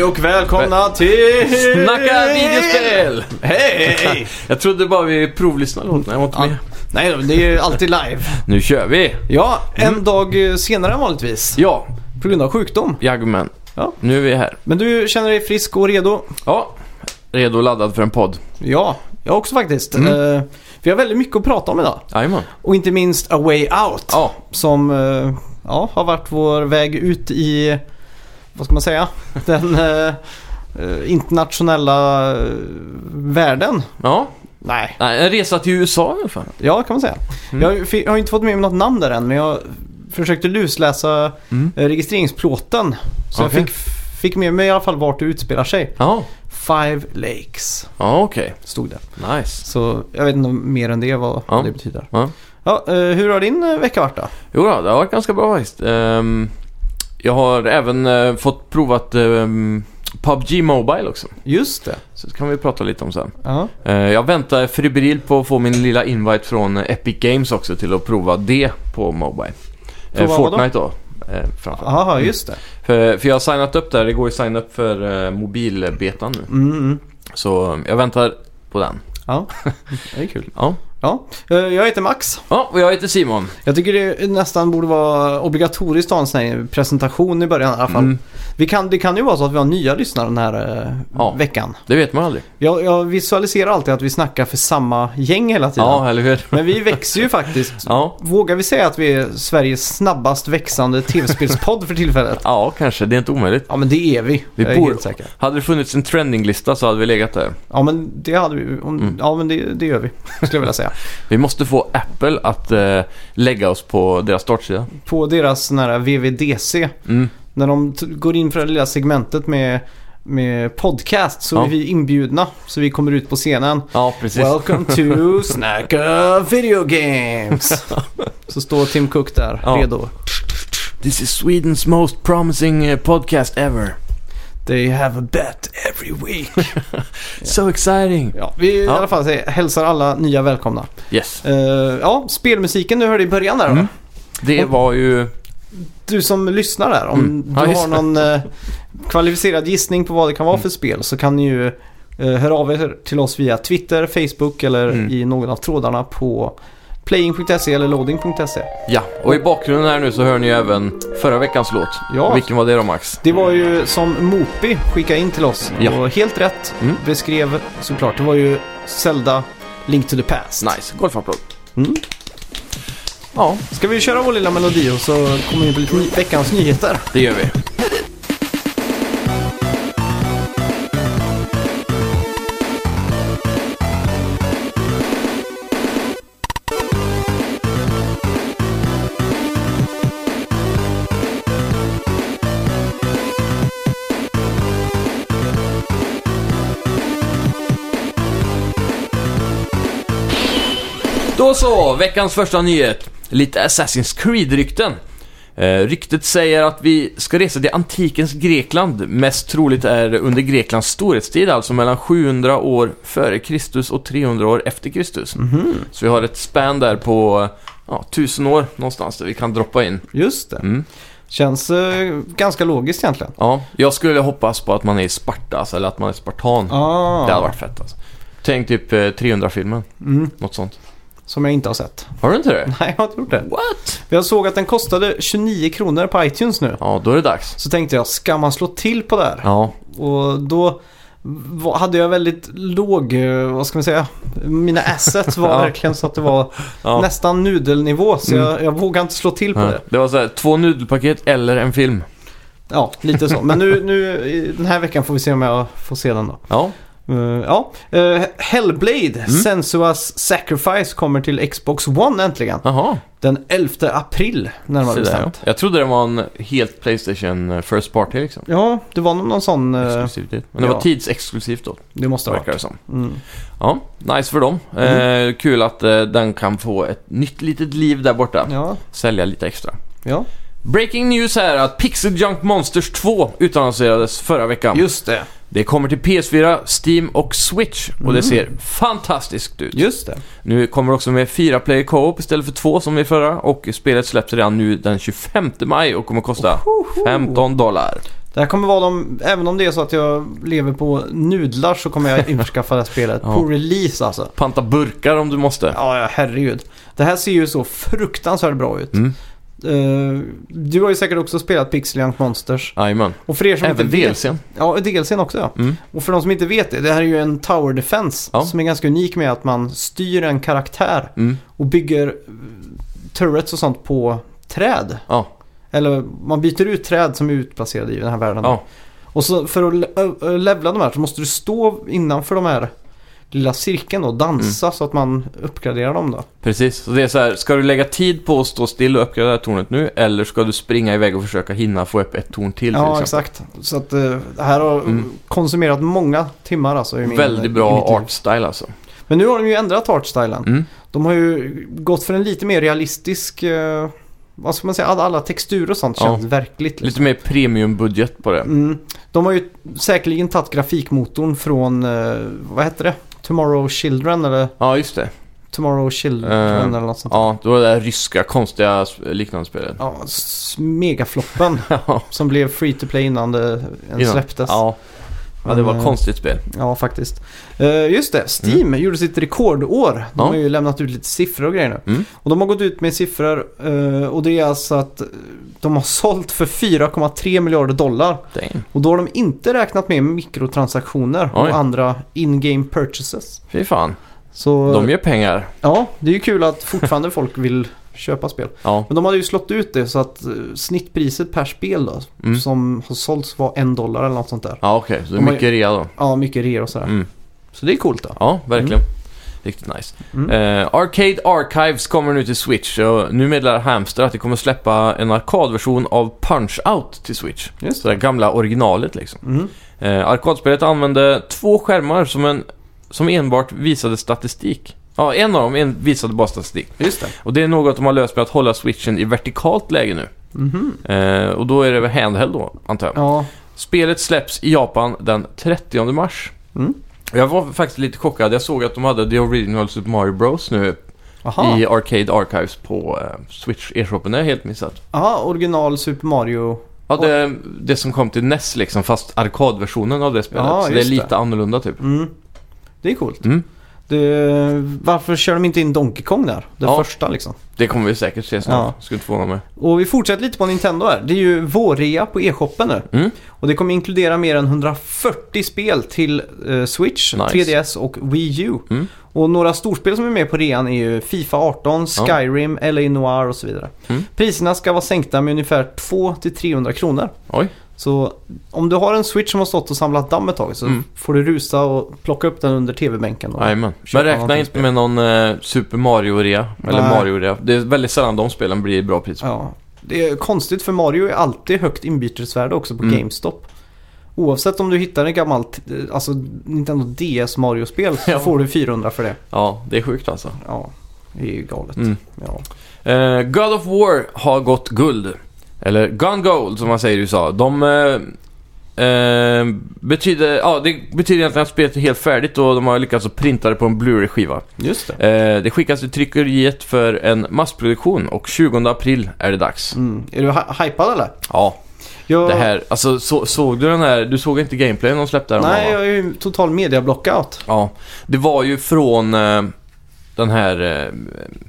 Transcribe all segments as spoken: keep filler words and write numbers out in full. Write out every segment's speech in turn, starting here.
Hej och välkomna till Snacka videospel! Hej! Jag trodde bara vi provlyssnade låt när jag var inte med. Nej, det är ju alltid live. Nu kör vi! Ja, en dag senare än vanligtvis. Ja, På grund av sjukdom. jagmen. Ja. Nu är vi här. Men du känner dig frisk och redo? Ja, redo och laddad för en podd. Ja, jag också faktiskt. Mm. Eh, vi har väldigt mycket att prata om idag. Jajamän. Och inte minst A Way Out. Ja. Som eh, ja, har varit vår väg ut i, vad ska man säga, den eh, eh, internationella eh, världen. Ja. Nej. Nej, en resa till U S A i alla fall. Ja, kan man säga. Mm. Jag, fi- jag har inte fått med mig något namn där än, men jag försökte lusläsa Mm. eh, registreringsplåten. Så Okej. jag fick, fick med mig i alla fall vart det utspelar sig. Ja, Five Lakes ja okej. stod det. Nice. Så jag vet inte mer än det vad Ja. det betyder. Ja. Ja, eh, hur har din eh, vecka varit då? Jo då, det har varit ganska bra faktiskt. Ehm, jag har även eh, fått provat um, P U B G Mobile också. Just det. Så det kan vi prata lite om sen. Ja. Eh, jag väntar febril på att få min lilla invite från eh, Epic Games också till att prova det på Mobile. Eh, Prova vad då? Fortnite då. Eh, framförallt. Aha, just det. För, för jag har signat upp där. Det går ju att signa upp för eh, mobilbetan nu. Mm, mm. Så jag väntar på den. Ja, det är kul. Ja. Ja. Eh, jag heter Max. Ja, och jag heter Simon. Jag tycker det nästan borde vara obligatoriskt att ha en sån här presentation i början i alla fall. Mm. Vi kan, det kan ju vara så att vi har nya lyssnare den här eh, Ja. veckan. Det vet man aldrig. Jag, jag visualiserar alltid att vi snackar för samma gäng hela tiden. Ja, eller hur? Men vi växer ju faktiskt. Ja. Vågar vi säga att vi är Sveriges snabbast växande tv-spelspodd för tillfället? Ja, kanske. Det är inte omöjligt. Ja, men det är vi. Vi jag är bor- helt säker. Hade det funnits en trendinglista så hade vi legat där. Ja, men det hade vi. Om, Mm. Ja, men det, det gör vi, skulle jag vilja säga. Vi måste få Apple att eh, lägga oss på deras startsida. På deras sån här V V D C, Mm. när de t- går in för det lilla segmentet med, med podcast, så Ja. är vi inbjudna. Så vi kommer ut på scenen. Ja, precis. Welcome to Snacka Video Games. Så står Tim Cook där, Ja. redo. This is Sweden's most promising uh, podcast ever. They have a bet every week. So exciting. Ja, vi i Ja. alla fall säger, hälsar alla nya välkomna. Yes. Uh, ja, spelmusiken du hörde i början där. Mm. Va? Det var ju... Du som lyssnar där, om Mm. Ja, du just har det. någon uh, kvalificerad gissning på vad det kan vara för spel, så kan ni ju uh, höra av er till oss via Twitter, Facebook eller Mm. i någon av trådarna på playing punkt se eller loading punkt se. Ja, och i bakgrunden här nu så hör ni ju även förra veckans låt. Ja. Vilken var det då, Max? Det var ju som Mopi skickade in till oss. Ja. Och helt rätt Mm. beskrev såklart. Det var ju Zelda Link to the Past. Nice, golfapplåd. Mm. Ja, ska vi köra vår lilla melodi och så kommer vi på lite ny- veckans nyheter. Det gör vi. Då så, veckans första nyhet. Lite Assassin's Creed-rykten. Eh, ryktet säger att vi ska resa till antikens Grekland. Mest troligt är under Greklands storhetstid, alltså mellan sjuhundra år före Kristus och trehundra år efter Kristus. Mhm. Så vi har ett span där på ja, tusen år någonstans där vi kan droppa in. Just det. Mm. Känns eh, ganska logiskt egentligen. Ja, jag skulle hoppas på att man är i Sparta, alltså, eller att man är spartan. Ah. Det hade varit fett alltså. Tänk typ eh, trehundra-filmen, Mm. något sånt. Som jag inte har sett. Har du inte det? Nej, jag har inte gjort det. What? Jag såg att den kostade tjugonio kronor på iTunes nu. Ja, då är det dags. Så tänkte jag, ska man slå till på det här? Ja, Och då va- hade jag väldigt låg, eh, vad ska man säga, mina assets var Ja. verkligen så att det var ja. nästan nudelnivå. Så Mm. jag, jag vågade inte slå till på Ja. det. Det var så här, två nudelpaket eller en film. Ja, lite så. Men nu, nu i den här veckan får vi se om jag får se den då. Ja, Uh, ja, uh, Hellblade, Mm. Sensuous Sacrifice kommer till Xbox One äntligen. jaha. Den elfte april, närmare Se där. bestämt. Jag trodde det var en helt PlayStation First Party liksom. Ja, det var nog någon sån... Uh, Exklusivitet. Men det ja. var tidsexklusivt då, det måste ha verkar varit. det som. Mm. Ja, nice för dem. Mm. Eh, kul att eh, den kan få ett nytt litet liv där borta. Ja, Sälja lite extra. ja, Breaking news är att Pixel Junk Monsters två utannonserades förra veckan. just det. Det kommer till P S fyra, Steam och Switch. Och Mm. det ser fantastiskt ut. Just det. Nu kommer också med fyra player co-op istället för två som i förra. Och spelet släpps redan nu den tjugofemte maj och kommer kosta femton dollar. Det här kommer vara de, även om det är så att jag lever på nudlar så kommer jag införskaffa det här spelet Ja. på release alltså. Panta burkar om du måste. Ja, ja, herregud. Det här ser ju så fruktansvärt bra ut. Mm. Uh, du har ju säkert också spelat Pixel Junk Monsters. Jajamän. Och för er som Även inte vet... D L C:n. Ja, D L C:n också, ja. Mm. Och för de som inte vet det, det här är ju en Tower Defense Ja. som är ganska unik med att man styr en karaktär Mm. och bygger turrets och sånt på träd. Ja. Eller man byter ut träd som är utplacerade i den här världen. Ja. Och så för att le- ö- levla de här så måste du stå innanför de här lilla cirkeln och dansa Mm. så att man uppgraderar dem då. Precis, så det är så här, ska du lägga tid på att stå still och uppgradera tornet nu, eller ska du springa iväg och försöka hinna få upp ett torn till, till Ja, exempel? exakt. Så att uh, det här har Mm. konsumerat många timmar alltså. I min, Väldigt i bra mitt liv. artstyle alltså. Men nu har de ju ändrat artstylen. Mm. De har ju gått för en lite mer realistisk, uh, vad ska man säga, alla, alla texturer och sånt Ja. känns verkligt. Liksom. Lite mer premiumbudget på det. Mm. De har ju säkerligen tagit grafikmotorn från, uh, vad heter det? Tomorrow Children eller Ja, just det. Tomorrow Children Eh, eller något sånt. Ja, det var det där ryska, konstiga sp- liknande spelet. Ja, s- megafloppen Ja. som blev free to play innan det ens Innan. släpptes. Ja. Ja, det var Men, ett konstigt spel. Ja, faktiskt. Uh, just det, Steam gjorde sitt rekordår. De Ja. har ju lämnat ut lite siffror och grejer nu. Mm. Och de har gått ut med siffror uh, och det är alltså att de har sålt för fyra komma tre miljarder dollar. Damn. Och då har de inte räknat med mikrotransaktioner Oj. och andra in-game purchases. Fy fan. Så De gör pengar. ja, det är ju kul att fortfarande folk vill köpa spel. Ja. Men de hade ju slått ut det så att uh, snittpriset per spel då, Mm. som har sålts var en dollar eller något sånt där. Ja, okej. Så det är De har mycket rea då. Ja, mycket rea och sådär. Mm. Så det är coolt då. Ja, verkligen. Riktigt nice. Mm. Eh, Arcade Archives kommer nu till Switch och nu meddelar Hamster att de kommer släppa en arkadversion av Punch-Out till Switch. Just Så det gamla originalet liksom. Mm. Eh, arkadspelet använde två skärmar som, en, som enbart visade statistik. Ja, en av dem en visade bara statistik. Just det. Och det är något de har löst med att hålla switchen i vertikalt läge nu. Mhm. Eh, och då är det väl handheld då, antar jag. Ja. Spelet släpps i Japan den trettionde mars. Mm. Jag var faktiskt lite chockad. Jag såg att de hade The Original Super Mario Bros nu Aha. i Arcade Archives på eh, Switch e-shoppen. Det är helt missat. Aha, original Super Mario. Ja, det, det som kom till N E S liksom, fast arkadversionen av det spelet. Ja, så det är just lite det. annorlunda typ. Mm. Det är coolt. Mm. Det, varför kör de inte in Donkey Kong där? Det Ja. första liksom. Det kommer vi säkert se snart. Ja. Skulle inte förvåna mig. Och vi fortsätter lite på Nintendo här. Det är ju vårrea på e-shoppen nu. Mm. Och det kommer inkludera mer än hundrafyrtio spel till eh, Switch, Nice. tre D S och Wii U. Mm. Och några storspel som är med på rean är ju FIFA arton, Skyrim, L A Noire och så vidare. Mm. Priserna ska vara sänkta med ungefär två till trehundra kronor. Oj. Så om du har en Switch som har stått och samlat damm ett tag så Mm. får du rusa och plocka upp den under tv-bänken. och- Jajamän. köpa Men räkna någonting inte spel. med någon eh, Super Mario-rea. Eller Nej. Mario-rea. Det är väldigt sällan de spelen blir bra pris. Ja, det är konstigt för Mario är alltid högt inbytesvärde också på Mm. GameStop. Oavsett om du hittar en gammalt alltså Nintendo D S Mario-spel så Ja. får du fyrahundra för det. Ja, det är sjukt alltså. Ja, det är ju galet. Mm. Ja. Eh, God of War har gått guld. Eller Gone Gold som man säger i U S A. De eh, eh, betyder, ja, det betyder egentligen att spelet är helt färdigt och de har lyckats att printa det på en Blu-ray-skiva. Just det. Eh, det skickas till tryckeriet för en massproduktion och tjugonde april är det dags. Mm. Är du hy- hypad eller? Ja, Jag... det här, alltså så, såg du den här, du såg inte gameplayen de släppte här? Nej, jag är ju total media-blockout. Ja, det var ju från eh, den här eh,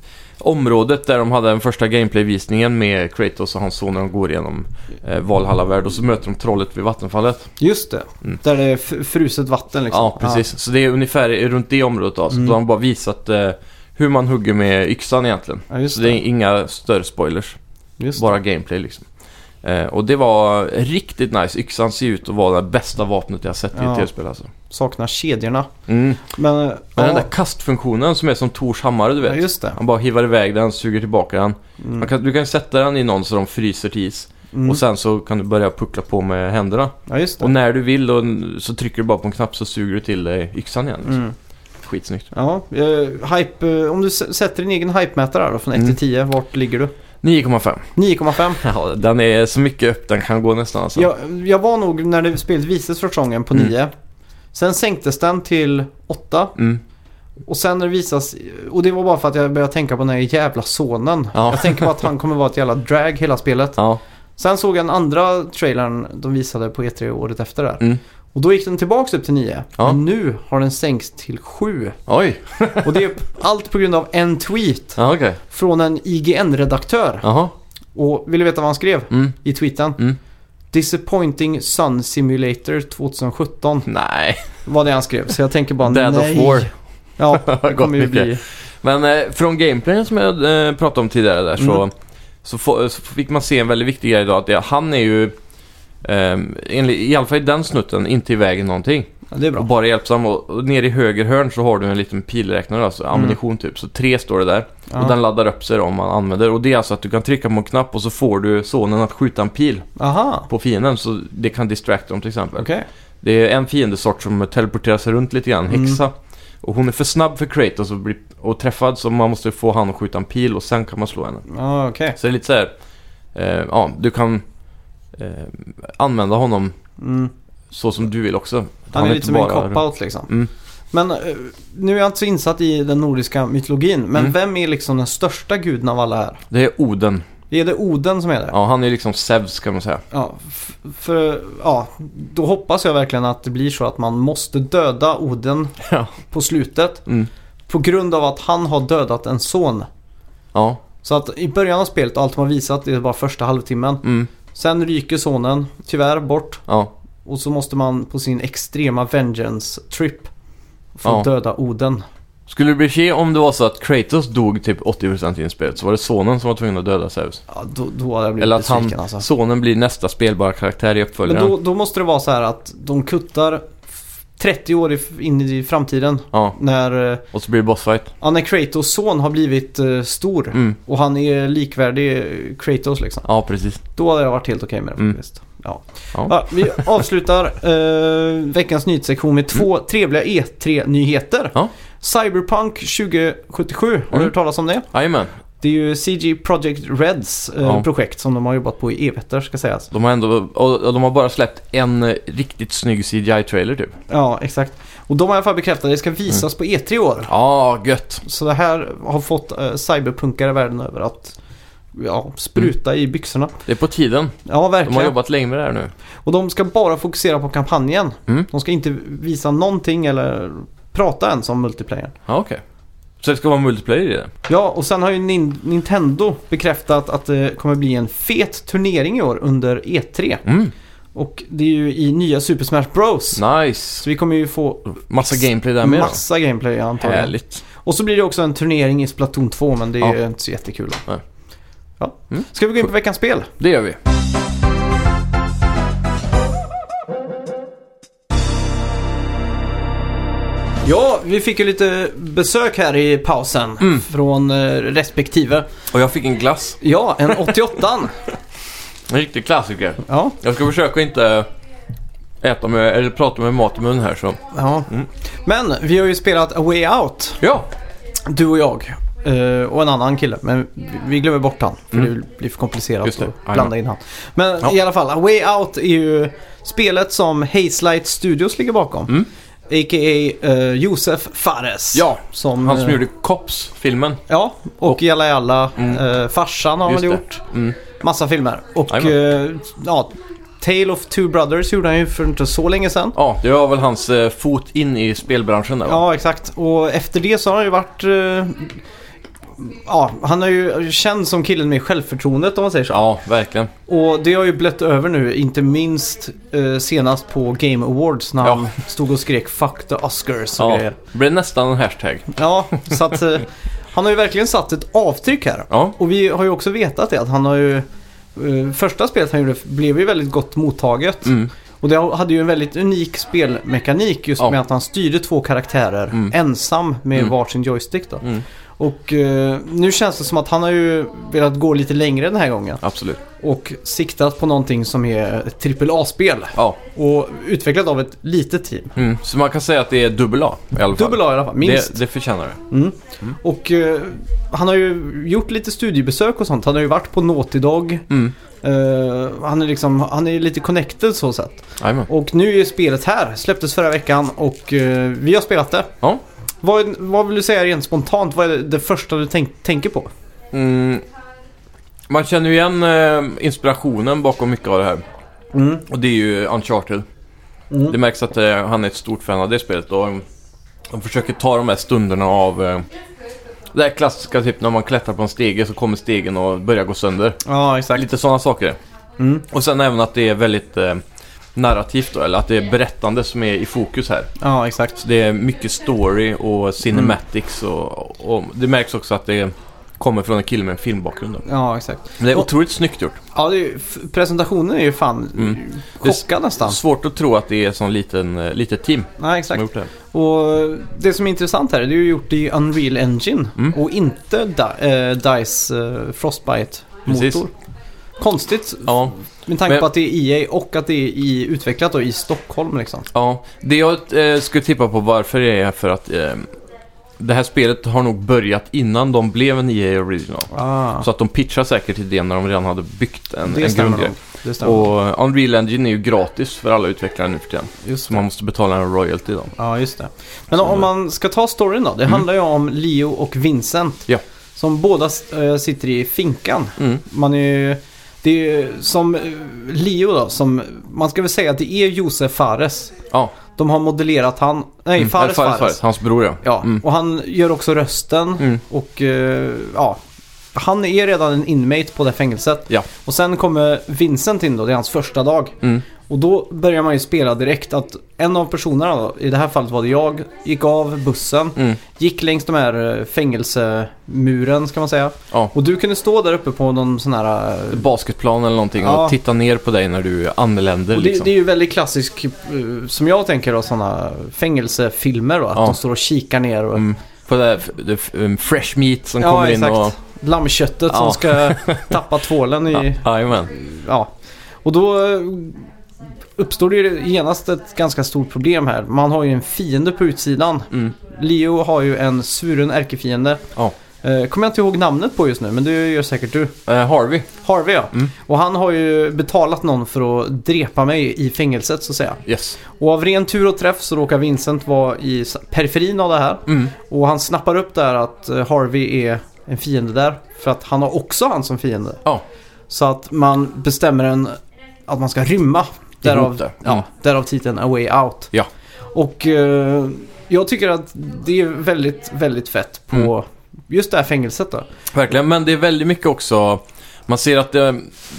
området där de hade den första gameplay-visningen med Kratos och hans son när de går igenom eh, Valhalla-värld och så möter de trollet vid vattenfallet. Just det. Mm. Där det är f- fruset vatten liksom. Ja, precis. Så det är ungefär runt det området då. Så Mm. de har bara visat eh, hur man hugger med yxan egentligen. Ja, just Så det är det. inga större spoilers. Just Bara gameplay liksom. Eh, och det var riktigt nice. Yxan ser ut att vara det bästa vapnet jag har sett i Ja. ett tv-spel alltså. det. Saknar kedjorna. Mm. Men, Men ja, den där kastfunktionen som är som Tors hammare, du vet. ja, just det. Han bara hivar iväg den, suger tillbaka den. Mm. Man kan, du kan sätta den i någon så de fryser till is. Mm. Och sen så kan du börja puckla på med händerna. Ja, just det. Och när du vill och, så trycker du bara på en knapp så suger du till dig yxan igen. Liksom. Mm. Skitsnyggt. Ja, eh, hype, eh, om du s- sätter din egen hype-mätare då, från ett Mm. till tio, vart ligger du? nio komma fem. nio komma fem. Ja, den är så mycket upp den kan gå nästan alltså. Jag, jag var nog när det spelet visades första gången på Mm. nio. Sen sänktes den till åtta. Mm. Och sen när det visas, och det var bara för att jag började tänka på den här jävla sonen. Ja. Jag tänker på att han kommer vara ett jävla drag hela spelet. Ja. Sen såg jag en andra trailern de visade på E tre året efter där. Mm. Och då gick den tillbaka upp till nio. Ja. Men nu har den sänkts till sju. Oj. Och det är allt på grund av en tweet Ja, okej. från en I G N-redaktör. Jaha. Och vill du veta vad han skrev Mm. i tweeten? Mm. Disappointing Sun Simulator tjugosjutton Nej. var det han skrev. Så jag tänker bara Dead nej. of War. Ja, det Gott kommer ju mycket. bli... Men eh, från gameplayen som jag eh, pratade om tidigare där så, Mm. så, få, så fick man se en väldigt viktig grej idag. Att det, han är ju, eh, enligt, i alla fall i den snutten, inte i vägen någonting. Ja, det är Och bra. bara hjälpsam. Och, och ner i höger hörn så har du en liten pilräknare, alltså ammunition typ. Så tre står det där. Ja. Och den laddar upp sig om man använder. Och det är alltså att du kan trycka på en knapp och så får du sonen att skjuta en pil Aha, på fienden. Så det kan distracta dem till exempel. okej. Det är en fiendesort som teleporterar sig runt lite grann, Mm. häxa. Och hon är för snabb för Kratos att bli och träffad, så man måste få han att skjuta en pil och sen kan man slå henne. Ja, okej. Så det är lite så här, eh, ja, du kan eh, använda honom Mm. så som du vill också. Han är lite inte som en bara- cop-out liksom. Mm. Men eh, nu är jag inte så insatt i den nordiska mytologin. Men Mm. vem är liksom den största guden av alla här? Det är Oden. Är det Oden som är det? Ja, han är liksom Zeus kan man säga. Ja, f- för ja, då hoppas jag verkligen att det blir så att man måste döda Oden Ja. på slutet. Mm. På grund av att han har dödat en son. Ja. Så att i början av spelet, allt man har visat, det är bara första halvtimmen. Mm. Sen ryker sonen tyvärr bort. Ja. Och så måste man på sin extrema vengeance-trip få Ja. döda Oden. Skulle det bli ske om det var så att Kratos dog typ åttio procent i spelet, så var det sonen som var tvungen att döda Zeus? Ja, då, då hade jag blivit Eller att han, besviken alltså. sonen blir nästa spelbara karaktär i Men uppföljaren. då, då måste det vara så här att de kuttar f- trettio år i, in i framtiden. Ja, När, eh, och så blir det bossfight. ja, när Kratos son har blivit eh, stor. Mm. Och han är likvärdig eh, Kratos liksom. Ja, precis. Då hade jag varit helt okej med det Mm. faktiskt. Ja. Ja. Ja, vi avslutar eh, veckans nyhetssektion med två trevliga E tre-nyheter. Ja. Cyberpunk tjugosjuttiosju, har du Mm. hört talas om det? Jajamän. Det är ju C G Projekt Reds eh, Ja. projekt som de har jobbat på i evigheter ska sägas. De har ändå, och, och de har bara släppt en eh, riktigt snygg C G I-trailer typ. Ja, exakt. Och de har i alla fall bekräftat att det ska visas på E tre i år. Ja, gött. Så det här har fått eh, cyberpunkare världen över att ja, spruta i byxorna. Det är på tiden. Ja, De har verkligen. jobbat länge med det här nu. Och de ska bara fokusera på kampanjen. Mm. De ska inte visa någonting eller prata ens om multiplayer. Ja, okej. Så det ska vara multiplayer i det? Ja, och sen har ju Nin- Nintendo bekräftat att det kommer bli en fet turnering i år under E tre. Mm. Och det är ju i nya Super Smash Bros. Nice. Så vi kommer ju få Massa gameplay där med då. massa gameplay antagligen. Härligt. Och så blir det också en turnering i Splatoon två, men det är Ja. ju inte så jättekul då. Nej. Ja. Mm. Ska vi gå in på veckans spel? Det gör vi. Ja, vi fick ju lite besök här i pausen Mm. från eh, respektive. Och jag fick en glass. Ja, en åttioåtta. En riktig klassiker. Ja, Jag ska försöka inte äta med, eller prata med mat i mun här så. ja. Mm. Men vi har ju spelat A Way Out, Ja. du och jag. eh, Och en annan kille, men vi- vi glömmer bort han. För Mm. det blir för komplicerat Just det. att Jajamän. blanda in han. Men Ja. i alla fall, A Way Out är ju spelet som Hazelight Studios ligger bakom. Mm. A K A uh, Josef Fares. Ja, som, Han som eh, gjorde Cops-filmen. Ja, och, Och- Jalla Jalla. Mm. eh, Farsan har han Just väl det. gjort. Mm. Massa filmer. Och Jajamän. eh, ja, Tale of Two Brothers gjorde han ju för inte så länge sedan. Ja, det var väl hans eh, fot in i spelbranschen där va? Ja, exakt. Och efter det så har han ju varit... eh, ja, han har ju känd som killen med självförtroendet om man säger så. Ja, verkligen. Och det har ju blött över nu, inte minst eh, senast på Game Awards när Ja. han stod och skrek "Fuck the Oscars" och Ja, grejer. det blev nästan en hashtag. Ja, så att eh, han har ju verkligen satt ett avtryck här. Ja, Och vi har ju också vetat det, att han har ju... eh, första spelet han gjorde blev ju väldigt gott mottaget. mm. Och det hade ju en väldigt unik spelmekanik just Ja. med att han styrde två karaktärer Mm. ensam med Mm. varsin joystick då. Mm. Och eh, nu känns det som att han har ju velat gå lite längre den här gången. absolut. Och siktat på någonting som är ett trippel A-spel. Ja, Och utvecklat av ett litet team. mm. Så man kan säga att det är dubbel A i alla fall. Dubbel A i alla fall, minst. Det, det förtjänar det. Mm. Och eh, han har ju gjort lite studiebesök och sånt. Han har ju varit på Naughty Dog. Mm. Eh, han är liksom, han är lite connected så sätt. Jajamän. Och nu är spelet här. Släpptes förra veckan och eh, vi har spelat det. Ja. Vad, vad vill du säga rent spontant? Vad är det, det första du tänk, tänker på? Mm. Man känner ju igen eh, inspirationen bakom mycket av det här. Mm. Och det är ju Uncharted. Mm. Det märks att eh, han är ett stort fan av det spelet. Och de försöker ta de här stunderna av... Eh, det här klassiska typ när man klättrar på en stege så kommer stegen och börjar gå sönder. Ja, exakt. Lite sådana saker. Mm. Och sen även att det är väldigt eh, narrativt då, eller att det är berättande som är i fokus här. Ja, exakt. Så det är mycket story och cinematics mm. och, och det märks också att det kommer från en kille med en filmbakgrund. Då. Ja, exakt. Men det är och, otroligt snyggt gjort. Ja, det är ju, presentationen är ju fan mm. chockad nästan. Det är svårt att tro att det är ett sån liten litet team. Nej, exakt. Det. Och det som är intressant här är att det är ju gjort i Unreal Engine mm. och inte Di- äh, DICE äh, Frostbite-motor. Konstigt, ja. med tanke Men, på att det är E A och att det är i, utvecklat då, i Stockholm liksom. Ja, det jag eh, skulle tippa på varför det är för att eh, det här spelet har nog börjat innan de blev en E A Original. Ah. Så att de pitchar säkert till det när de redan hade byggt en, det en grundgrej. Och Unreal Engine är ju gratis för alla utvecklare nu för tiden. Just så man måste betala en royalty då. Ja, just det. Men så om man ska ta storyn då, det mm. handlar ju om Leo och Vincent. Ja. Som båda äh, sitter i finkan. Mm. Man är ju... Det är som Leo då, som man ska väl säga att det är Josef Fares. Ja. De har modellerat han, nej mm. Fares, Fares, Fares. Fares, hans bror ja. Ja, mm. och han gör också rösten mm. och uh, ja, han är redan en inmate på det fängelset. Ja. Och sen kommer Vincent in då, det är hans första dag. Mm. Och då börjar man ju spela direkt att en av personerna då, i det här fallet var det jag, gick av bussen, mm. gick längs de här fängelsemuren ska man säga. Ja. Och du kunde stå där uppe på någon sån här... basketplan eller någonting ja. Och titta ner på dig när du anländer. Och det, liksom. det är ju väldigt klassisk, som jag tänker då, sådana fängelsefilmer då, att ja. de står och kikar ner och... Mm. På det, det um, fresh meat som ja, kommer exakt. in och... lammköttet ja. som ska tappa tvålen i... Ja, amen. Ja. Och då uppstår det ju genast ett ganska stort problem här. Man har ju en fiende på utsidan. Mm. Leo har ju en svuren ärkefiende. Ja. Eh, kommer jag inte ihåg namnet på just nu, men det gör säkert du. Eh, Harvey. Harvey, ja. Mm. Och han har ju betalat någon för att drepa mig i fängelset, så att säga. Yes. Och av ren tur och träff så råkar Vincent vara i periferin av det här. Mm. Och han snappar upp där att Harvey är en fiende där. För att han har också han som fiende. Ja. Så att man bestämmer en, att man ska rymma. Därav, mm. ja, därav titeln A Way Out. Ja. Och eh, jag tycker att det är väldigt, väldigt fett på mm. just det här fängelset då. Verkligen, men det är väldigt mycket också... Man ser att det,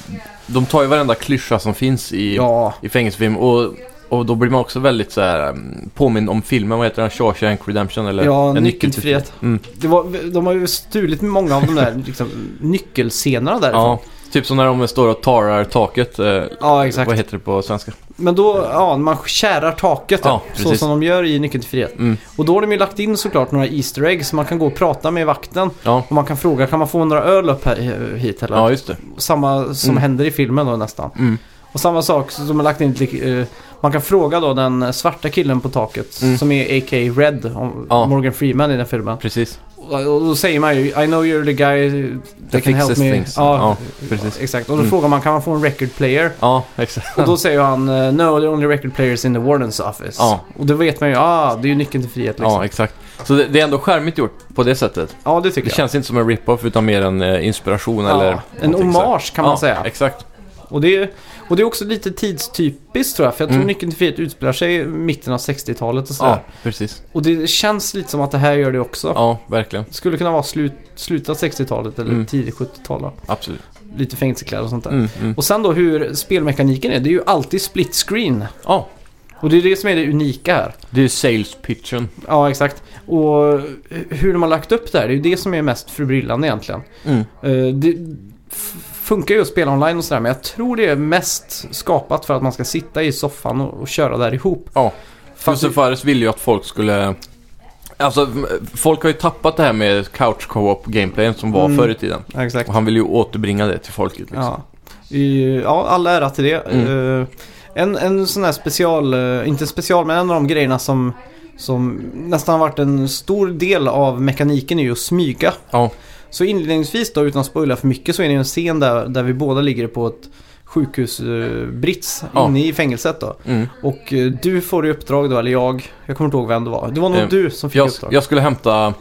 de tar ju varenda klyscha som finns i, ja. i fängelsefilm. Och, och då blir man också väldigt så här påminn om filmen. Vad heter den? Shawshank Redemption? Eller ja, en nyckelfrihet. Mm. Det var, de har ju stulit många av de där liksom, nyckelscenerna därifrån. Ja. Typ som när de står och tarar taket. Eh, ja, exakt. Vad heter det på svenska? Men då, ja, man kärar taket ja, så som de gör i Nyckeln till frihet. Mm. Och då har de ju lagt in såklart några Easter eggs så man kan gå och prata med vakten. Ja. Och man kan fråga, kan man få några öl upp här, hit? Eller? Ja, just det. Samma som mm. händer i filmen då nästan. Mm. Och samma sak som de har lagt in, uh, man kan fråga då den svarta killen på taket mm. som är A K Red, ja. Morgan Freeman i den filmen. Precis. Och då säger man ju, I know you're the guy that can help me. Things. Ja, ja, precis. Exakt. Och då mm. frågar man, kan man få en record player? Ja, exakt. Och då säger han, no, the only record players in the warden's office. Ja. Och då vet man ju, ah, det är ju nyckeln till frihet liksom. Ja, exakt. Så det, det är ändå skärmigt gjort på det sättet. Ja, det tycker det jag. Det känns inte som en rip-off utan mer en eh, inspiration ja, eller... En hommage kan man ja, säga. Exakt. Och det, är, och det är också lite tidstypiskt tror jag. För jag tror mm. Nyckeln till frihet utspelar sig i mitten av sextiotalet och sådär. Ja, precis. Och det känns lite som att det här gör det också. Ja, verkligen. Det skulle kunna vara slut, slutet av sextiotalet eller mm. tidigt sjuttiotal. Absolut. Lite fängelsekläder och sånt där. Mm, mm. Och sen då hur spelmekaniken är. Det är ju alltid split screen. Ja. Och det är det som är det unika här. Det är sales pitchen. Ja, exakt. Och hur de har lagt upp det här, det är ju det som är mest förbryllande egentligen. Mm. Uh, det f- funkar ju att spela online och sådär, men jag tror det är mest skapat för att man ska sitta i soffan och, och köra där ihop. Ja. Josef Fares ville ju att folk skulle... Alltså, folk har ju tappat det här med couch co-op gameplayen som var mm. förr i tiden. Ja, exakt. Och han vill ju återbringa det till folket liksom. Ja, I, ja all ära till det. Mm. Uh, en, en sån här special, uh, inte special, men en av de grejerna som, som nästan har varit en stor del av mekaniken är ju att smyga. Ja. Så inledningsvis då, utan att spoila för mycket, så är det en scen där, där vi båda ligger på ett sjukhusbrits uh, ja. inne i fängelset då. Mm. Och uh, du får i uppdrag då, eller jag, jag kommer inte ihåg vem det var. Det var nog uh, du som fick jag, uppdrag. Jag skulle hämta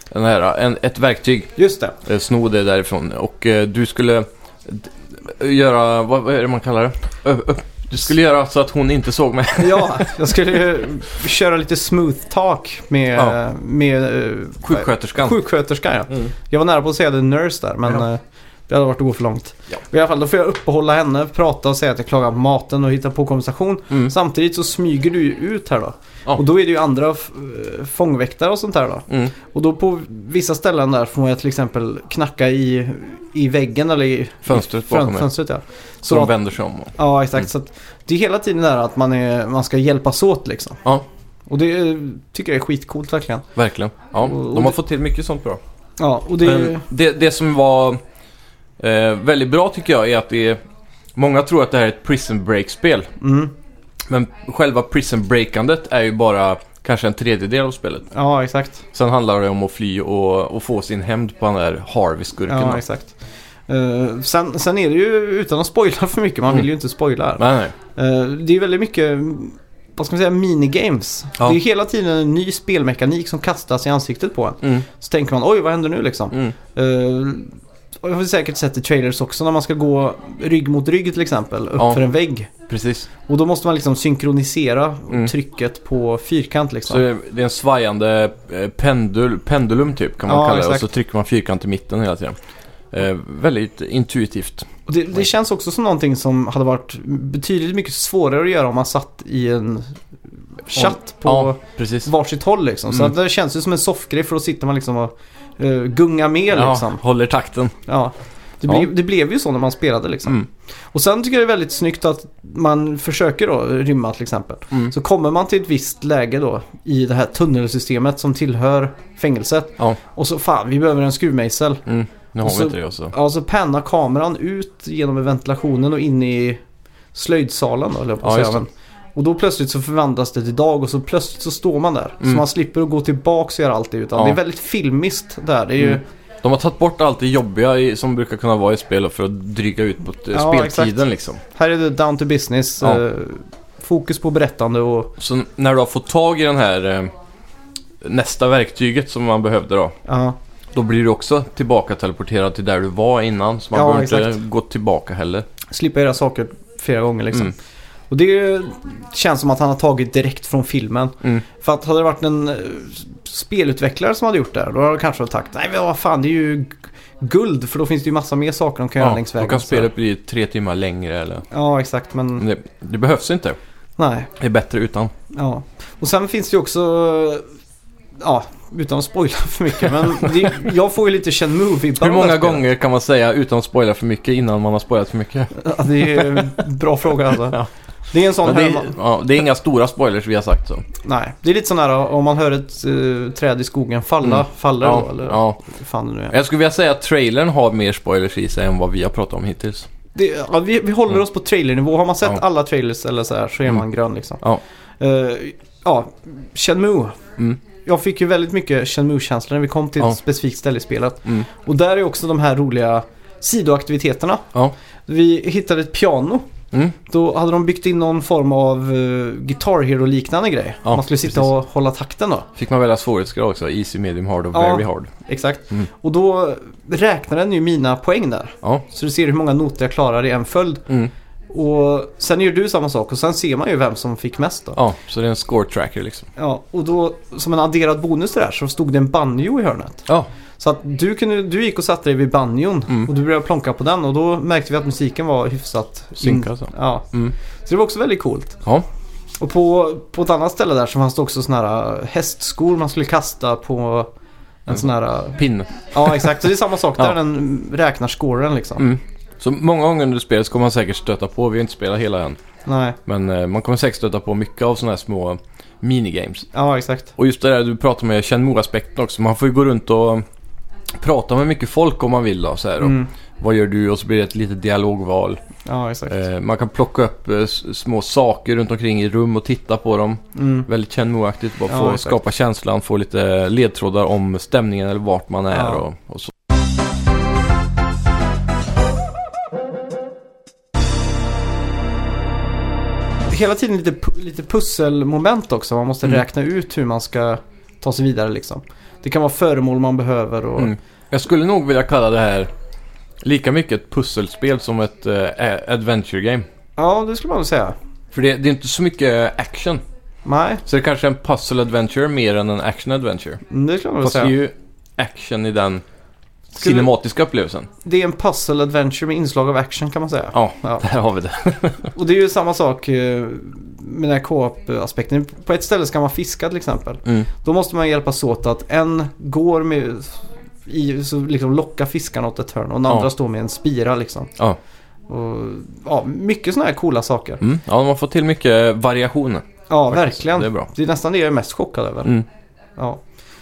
Den här, en, ett verktyg. Just det. Eh, Sno det därifrån. Och eh, du skulle d- göra, vad, vad är det man kallar det? Ö, ö, du skulle göra så att hon inte såg mig. Ja, jag skulle ju köra lite smooth talk med, Ja. med uh, Sjuksköterskan. Sjuksköterskan, ja. Mm. Jag var nära på att säga the nurse där, men Ja. uh, det hade varit att gå för långt. Ja. I alla fall, då får jag uppehålla henne, prata och säga att jag klagar på maten och hitta på konversation. Mm. Samtidigt så smyger du ju ut här då. Ja. Och då är det ju andra f- fångväktare och sånt där då. Mm. Och då på vissa ställen där får jag till exempel knacka i, i väggen eller i Fönstret i bakom fön- mig. fönstret, ja. Så Så de att, vänder sig om. Och... ja, exakt. Mm. Så att det är hela tiden där att man, är, man ska hjälpas åt liksom. Ja, Och det är- tycker jag är skitcoolt verkligen. verkligen. Ja, Och- och de har det- fått till mycket sånt bra. Ja, och det... Men det, det som var eh, väldigt bra tycker jag är att det är... Många tror att det här är ett prison break-spel. Mm, Men själva prison breakandet är ju bara kanske en tredjedel av spelet. ja, exakt. Sen handlar det om att fly och, och få sin hämnd på den där Harvey-skurken. Ja, då. exakt. Uh, sen, sen är det ju, utan att spoila för mycket, man Mm. vill ju inte spoila här. Nej, nej. Uh, det är väldigt mycket, vad ska man säga, minigames. Ja. Det är hela tiden en ny spelmekanik som kastas i ansiktet på en. Mm, Så tänker man, oj vad händer nu liksom? mm. Uh, och jag har säkert sett i trailers också när man ska gå rygg mot rygg till exempel, upp Ja. för en vägg. Precis. Och då måste man liksom synkronisera Mm. trycket på fyrkant liksom. Så det är en svajande eh, pendul, pendulum typ kan man Ja, kalla det. exakt. Och så trycker man fyrkant i mitten hela tiden. Eh, väldigt intuitivt. Och det, det känns också som någonting som hade varit betydligt mycket svårare att göra om man satt i en chatt på Ja, precis. varsitt håll liksom. Så Mm. att det känns ju som en soffgrej, för då sitter man liksom och uh, gungar med Ja, liksom. håller takten. Ja. Det, Ja. blev, det blev ju så när man spelade liksom. Mm. Och sen tycker jag det är väldigt snyggt att man försöker då rymma till exempel. Mm. Så kommer man till ett visst läge då i det här tunnelsystemet som tillhör fängelset. Ja. Och så fan, vi behöver en skruvmejsel. Mm. Nu har Och vi så- inte det också. Ja, så pannar kameran ut genom ventilationen och in i slöjdsalen då, eller jag på att Ja, säga. just det. Men, och då plötsligt så förvandlas det till dag och så plötsligt så står man där. Mm. Så man slipper att gå tillbaka och göra allt det, utan Ja. det är väldigt filmiskt där. Det är ju, Mm. De har tagit bort allt det jobbiga i, som brukar kunna vara i spel för att dryga ut på eh, Ja, speltiden exakt. liksom. här är det down to business. Ja. Eh, fokus på berättande och Så när du har fått tag i den här eh, nästa verktyget som man behövde då, ja, då blir du också tillbaka teleporterad till där du var innan. Så man Ja, behöver exakt. inte gå tillbaka heller. slippa göra saker flera gånger liksom. Mm. Och det känns som att han har tagit direkt från filmen. Mm. För att hade det varit en eh, spelutvecklare som hade gjort det här, då hade det kanske sagt, nej men vad fan, det är ju g- guld, för då finns det ju massa mer saker de kan göra Ja, längs då vägen. kan Så- spelet bli tre timmar längre eller... Ja, exakt, men Men det, det behövs inte. nej. Det är bättre utan. Ja. Och sen finns det ju också, ja, utan att spoila för mycket, men det, jag får ju lite Shenmue-vibbar. Hur av det många här spelet. gånger kan man säga utan att spoila för mycket innan man har spoilat för mycket? Ja, det är en bra fråga alltså. Ja. Det är en sån Men det, här, är, man, ja, det är inga stora spoilers vi har sagt så. nej, det är lite sån här om man hör ett eh, träd i skogen falla, Mm. faller Ja, då, eller ja. hur fan det nu är. Jag skulle vilja säga att trailern har mer spoilers i sig än vad vi har pratat om hittills. Det, ja, vi, vi håller Mm. oss på trailernivå. Har man sett Ja. alla trailers eller så här, så är Mm. man grön liksom. Ja. Uh, ja, Shenmue. Mm. Jag fick ju väldigt mycket Shenmue-känslor när vi kom till Ja. ett specifikt ställe i spelet. Mm. Och där är också de här roliga sidoaktiviteterna. Ja. Vi hittade ett piano. Mm. Då hade de byggt in någon form av uh, Guitar Hero-liknande grej. Ja, man skulle sitta precis. och hålla takten då. Fick man välja svårighetsgrad också. Easy, medium, hard och Ja. very hard. Exakt. Mm. Och då räknar den ju mina poäng där. Ja. Så du ser hur många noter jag klarar i en följd. Mm. Och sen gör du samma sak och sen ser man ju vem som fick mest då. Ja, så det är en score tracker liksom. Ja, och då som en adderad bonus där så stod det en banjo i hörnet. Ja, Så att du, kunde, du gick och satte dig vid banjon Mm. och du började plonka på den och då märkte vi att musiken var hyfsat Synkad så. Ja, mm. så det var också väldigt coolt. Ja. Och på, på ett annat ställe där så fanns det också såna här hästskor man skulle kasta på en Mm. sån här... Pin. Ja, exakt. Så det är samma sak där, Ja. den räknar scoren liksom. Mm. Så många gånger under spelet ska man säkert stöta på. Vi har inte spelat hela än. Nej, Men eh, man kommer säkert stöta på mycket av sådana här små minigames. ja exakt. Och just det där du pratar med Shenmue-aspekten också. Man får ju gå runt och prata med mycket folk om man vill då. Så här, och Mm. vad gör du? Och så blir det ett litet dialogval. Ja, exakt. Eh, man kan plocka upp eh, s- små saker runt omkring i rum och titta på dem. Mm. Väldigt Shenmue-aktigt. Bara Ja, få exakt. skapa känslan, få lite ledtrådar om stämningen eller vart man är Ja. och, och så. Hela tiden lite, pu- lite pusselmoment också. Man måste Mm. räkna ut hur man ska ta sig vidare liksom. Det kan vara föremål man behöver och... Mm. Jag skulle nog vilja kalla det här lika mycket ett pusselspel som ett uh, adventure game. Ja, det skulle man väl säga. För det, det är inte så mycket action. Nej. Så det är kanske en puzzle adventure mer än en action adventure. Mm, det skulle man väl Fast säga. det är ju action i den Skulle... cinematiska upplevelsen. Det är en puzzle adventure med inslag av action kan man säga. Ja, ja. där har vi det. Och det är ju samma sak med den här co-op-aspekten. På ett ställe ska man fiska till exempel. Mm. Då måste man hjälpas åt att en går med i, så liksom locka fiskarna åt ett hörn och den andra ja. står med en spira liksom. Ja. Och, ja, mycket såna här coola saker. Mm. Ja, man får till mycket variationer. Ja, Faktiskt. verkligen. Det är bra. Det är nästan det jag är mest chockad över. Mm. Ja.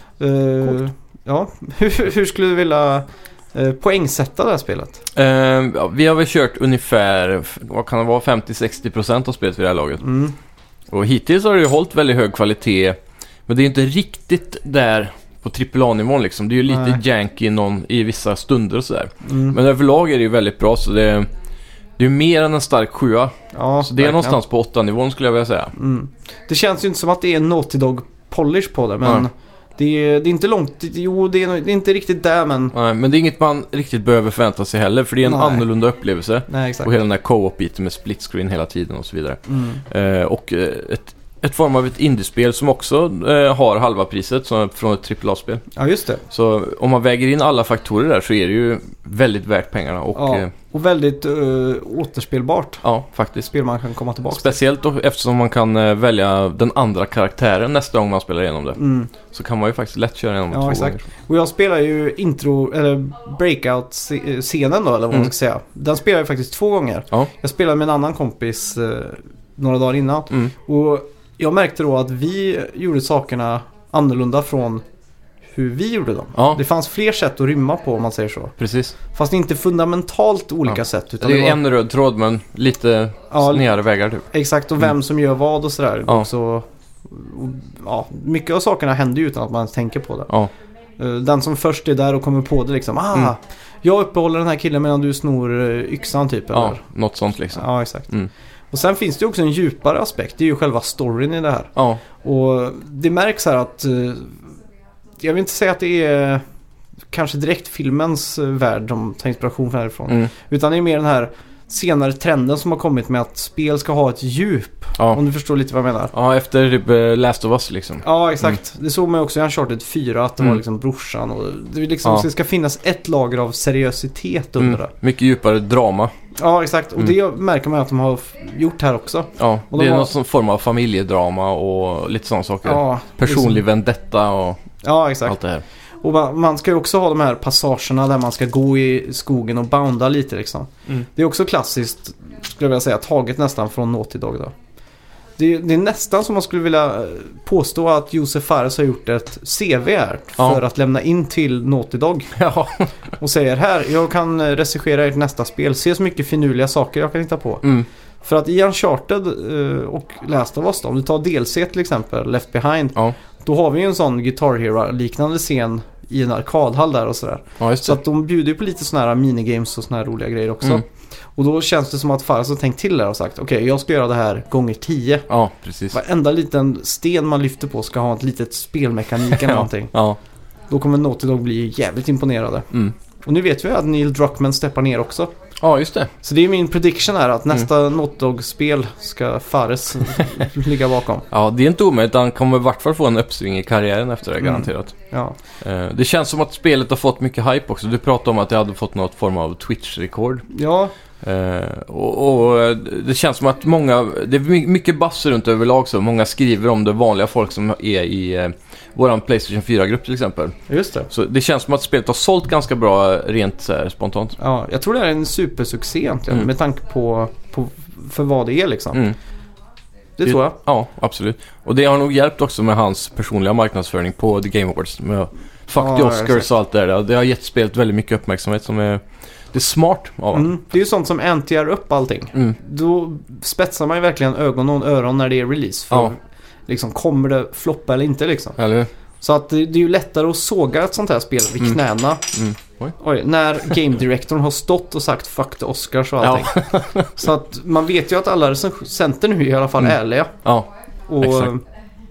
Uh, ja. hur, hur skulle du vilja uh, poängsätta det här spelet? Uh, ja, vi har väl kört ungefär, vad kan det vara, femtio till sextio procent av spelet vid det här laget. Mm. Och hittills har det ju hållit väldigt hög kvalitet. Men det är inte riktigt där på trippel A-nivån liksom. Det är ju lite Nej. janky någon, i vissa stunder och sådär. Mm. Men överlag är det ju väldigt bra, så det är, det är mer än en stark sjua. Ja, Så det är verkligen. någonstans på åtta nivån skulle jag vilja säga. Mm. Det känns ju inte som att det är en Naughty Dog polish på det, men Mm. det, är, det är inte långt. Jo, det är, det är inte riktigt där, men... Nej, men det är inget man riktigt behöver förvänta sig heller, för det är en Nej. annorlunda upplevelse. Nej, exakt. Och hela den där co-op-biten med split screen hela tiden och så vidare. Mm. Eh, och eh, ett, ett form av ett indiespel som också eh, har halva priset som från ett trippel A-spel. Ja, just det. Så om man väger in alla faktorer där så är det ju väldigt värt pengarna. Och, Ja, eh, och väldigt uh, återspelbart ja, faktiskt. spel man kan komma tillbaka till. Speciellt då, eftersom man kan eh, välja den andra karaktären nästa gång man spelar igenom det. Mm. Så kan man ju faktiskt lätt köra igenom det Ja, två exakt. gånger. Och jag spelar ju intro, eller breakout-scenen då, eller vad man Mm. ska säga. Den spelar jag faktiskt två gånger. Ja. Jag spelade med en annan kompis eh, några dagar innan. Mm. Och jag märkte då att vi gjorde sakerna annorlunda från hur vi gjorde dem. Ja. Det fanns fler sätt att rymma på, om man säger så. Precis. Fast inte fundamentalt olika Ja. sätt. Utan Det är ju var, en röd tråd men lite Ja, snedare vägar typ. exakt, och vem Mm. som gör vad och sådär. Ja. Så, och, ja, mycket av sakerna händer ju utan att man tänker på det. Ja. Eh, Den som först är där och kommer på det liksom. Ah, Mm. jag uppehåller den här killen medan du snor eh, yxan typ. Eller? Ja, något sånt liksom. Ja, exakt. Mm. Och sen finns det ju också en djupare aspekt. Det är ju själva storyn i det här. Ja. Och det märks här att... eh, Jag vill inte säga att det är kanske direkt filmens eh, värld de tar inspiration från härifrån. Mm. Utan det är mer den här senare trenden som har kommit med att spel ska ha ett djup. Ja. Om du förstår lite vad jag menar. Ja, efter typ eh, Last of Us liksom. Ja, exakt. Det såg man ju också i Uncharted fyra att det Mm. var liksom brorsan. Och det, är liksom, Ja. det ska finnas ett lager av seriositet under Mm. det. Mycket djupare drama. Ja, exakt. Och Mm. det märker man att de har f- gjort här också. Ja, Och det de är har- någon sån form av familjedrama och lite sådana saker. Ja, Personlig liksom- vendetta och Ja, exakt. allt det här. Och man, man ska ju också ha de här passagerna där man ska gå i skogen och bounda lite liksom. Mm. Det är också klassiskt, skulle jag vilja säga, taget nästan från Naughty Dog då. Det, det är nästan som man skulle vilja påstå att Josef Fares har gjort ett C V här för Ja. att lämna in till Naughty Dog. Ja. Och säger här, jag kan regissera ert nästa spel. Se så mycket finurliga saker jag kan hitta på. Mm. För att i Uncharted uh, och Last of Us då, om du tar D L C till exempel, Left Behind. Ja. Då har vi ju en sån Guitar Hero-liknande scen i en arkadhall där och sådär. Ja, just Så det. att de bjuder ju på lite såna här minigames och såna här roliga grejer också. Mm. Och då känns det som att Fares har tänkt till där och sagt okej, jag ska göra det här gånger tio. Ja, precis. Varenda liten sten man lyfter på ska ha ett litet spelmekanik eller någonting. Ja. Då kommer Naughty Dog bli jävligt imponerade. Mm. Och nu vet vi att Neil Druckmann steppar ner också. Ja, just det. Så det är min prediction här att nästa Mm. Naughty Dog-spel ska Fares ligga bakom. Ja, det är inte omöjligt. Han kommer i vart fall få en uppsving i karriären efter det, Mm. garanterat. Ja, Eh, det känns som att spelet har fått mycket hype också. Du pratade om att det hade fått något form av Twitch-rekord. ja, Eh, och, och eh, det känns som att många, det är my- mycket bass runt överlag så. Många skriver om det, vanliga folk som är i eh, våran PlayStation fyra-grupp till exempel. just det. Så det känns som att spelet har sålt ganska bra rent så här, spontant. Ja, jag tror det är en supersuccé egentligen Mm. med tanke på, på för vad det är liksom. Mm. Det tror jag. Ja, absolut. Och det har nog hjälpt också med hans personliga marknadsföring på The Game Awards. Med Fuck Ja, the ja, Oscars exakt. och allt det där. Det har gett spelet väldigt mycket uppmärksamhet som är... Det är smart av honom. Mm. Det är ju sånt som antiar upp allting. Mm. Då spetsar man ju verkligen ögon och öron när det är release. För Ja. liksom, kommer det floppa eller inte liksom. Eller hur? Så att det, det är ju lättare att såga ett sånt här spel vid Mm. knäna. Mm. Oj. Oj, när game directorn har stått och sagt fuck the Oscars och allting. Så att man vet ju att alla recensenter nu är i alla fall Mm. ärliga. Ja, Och exakt.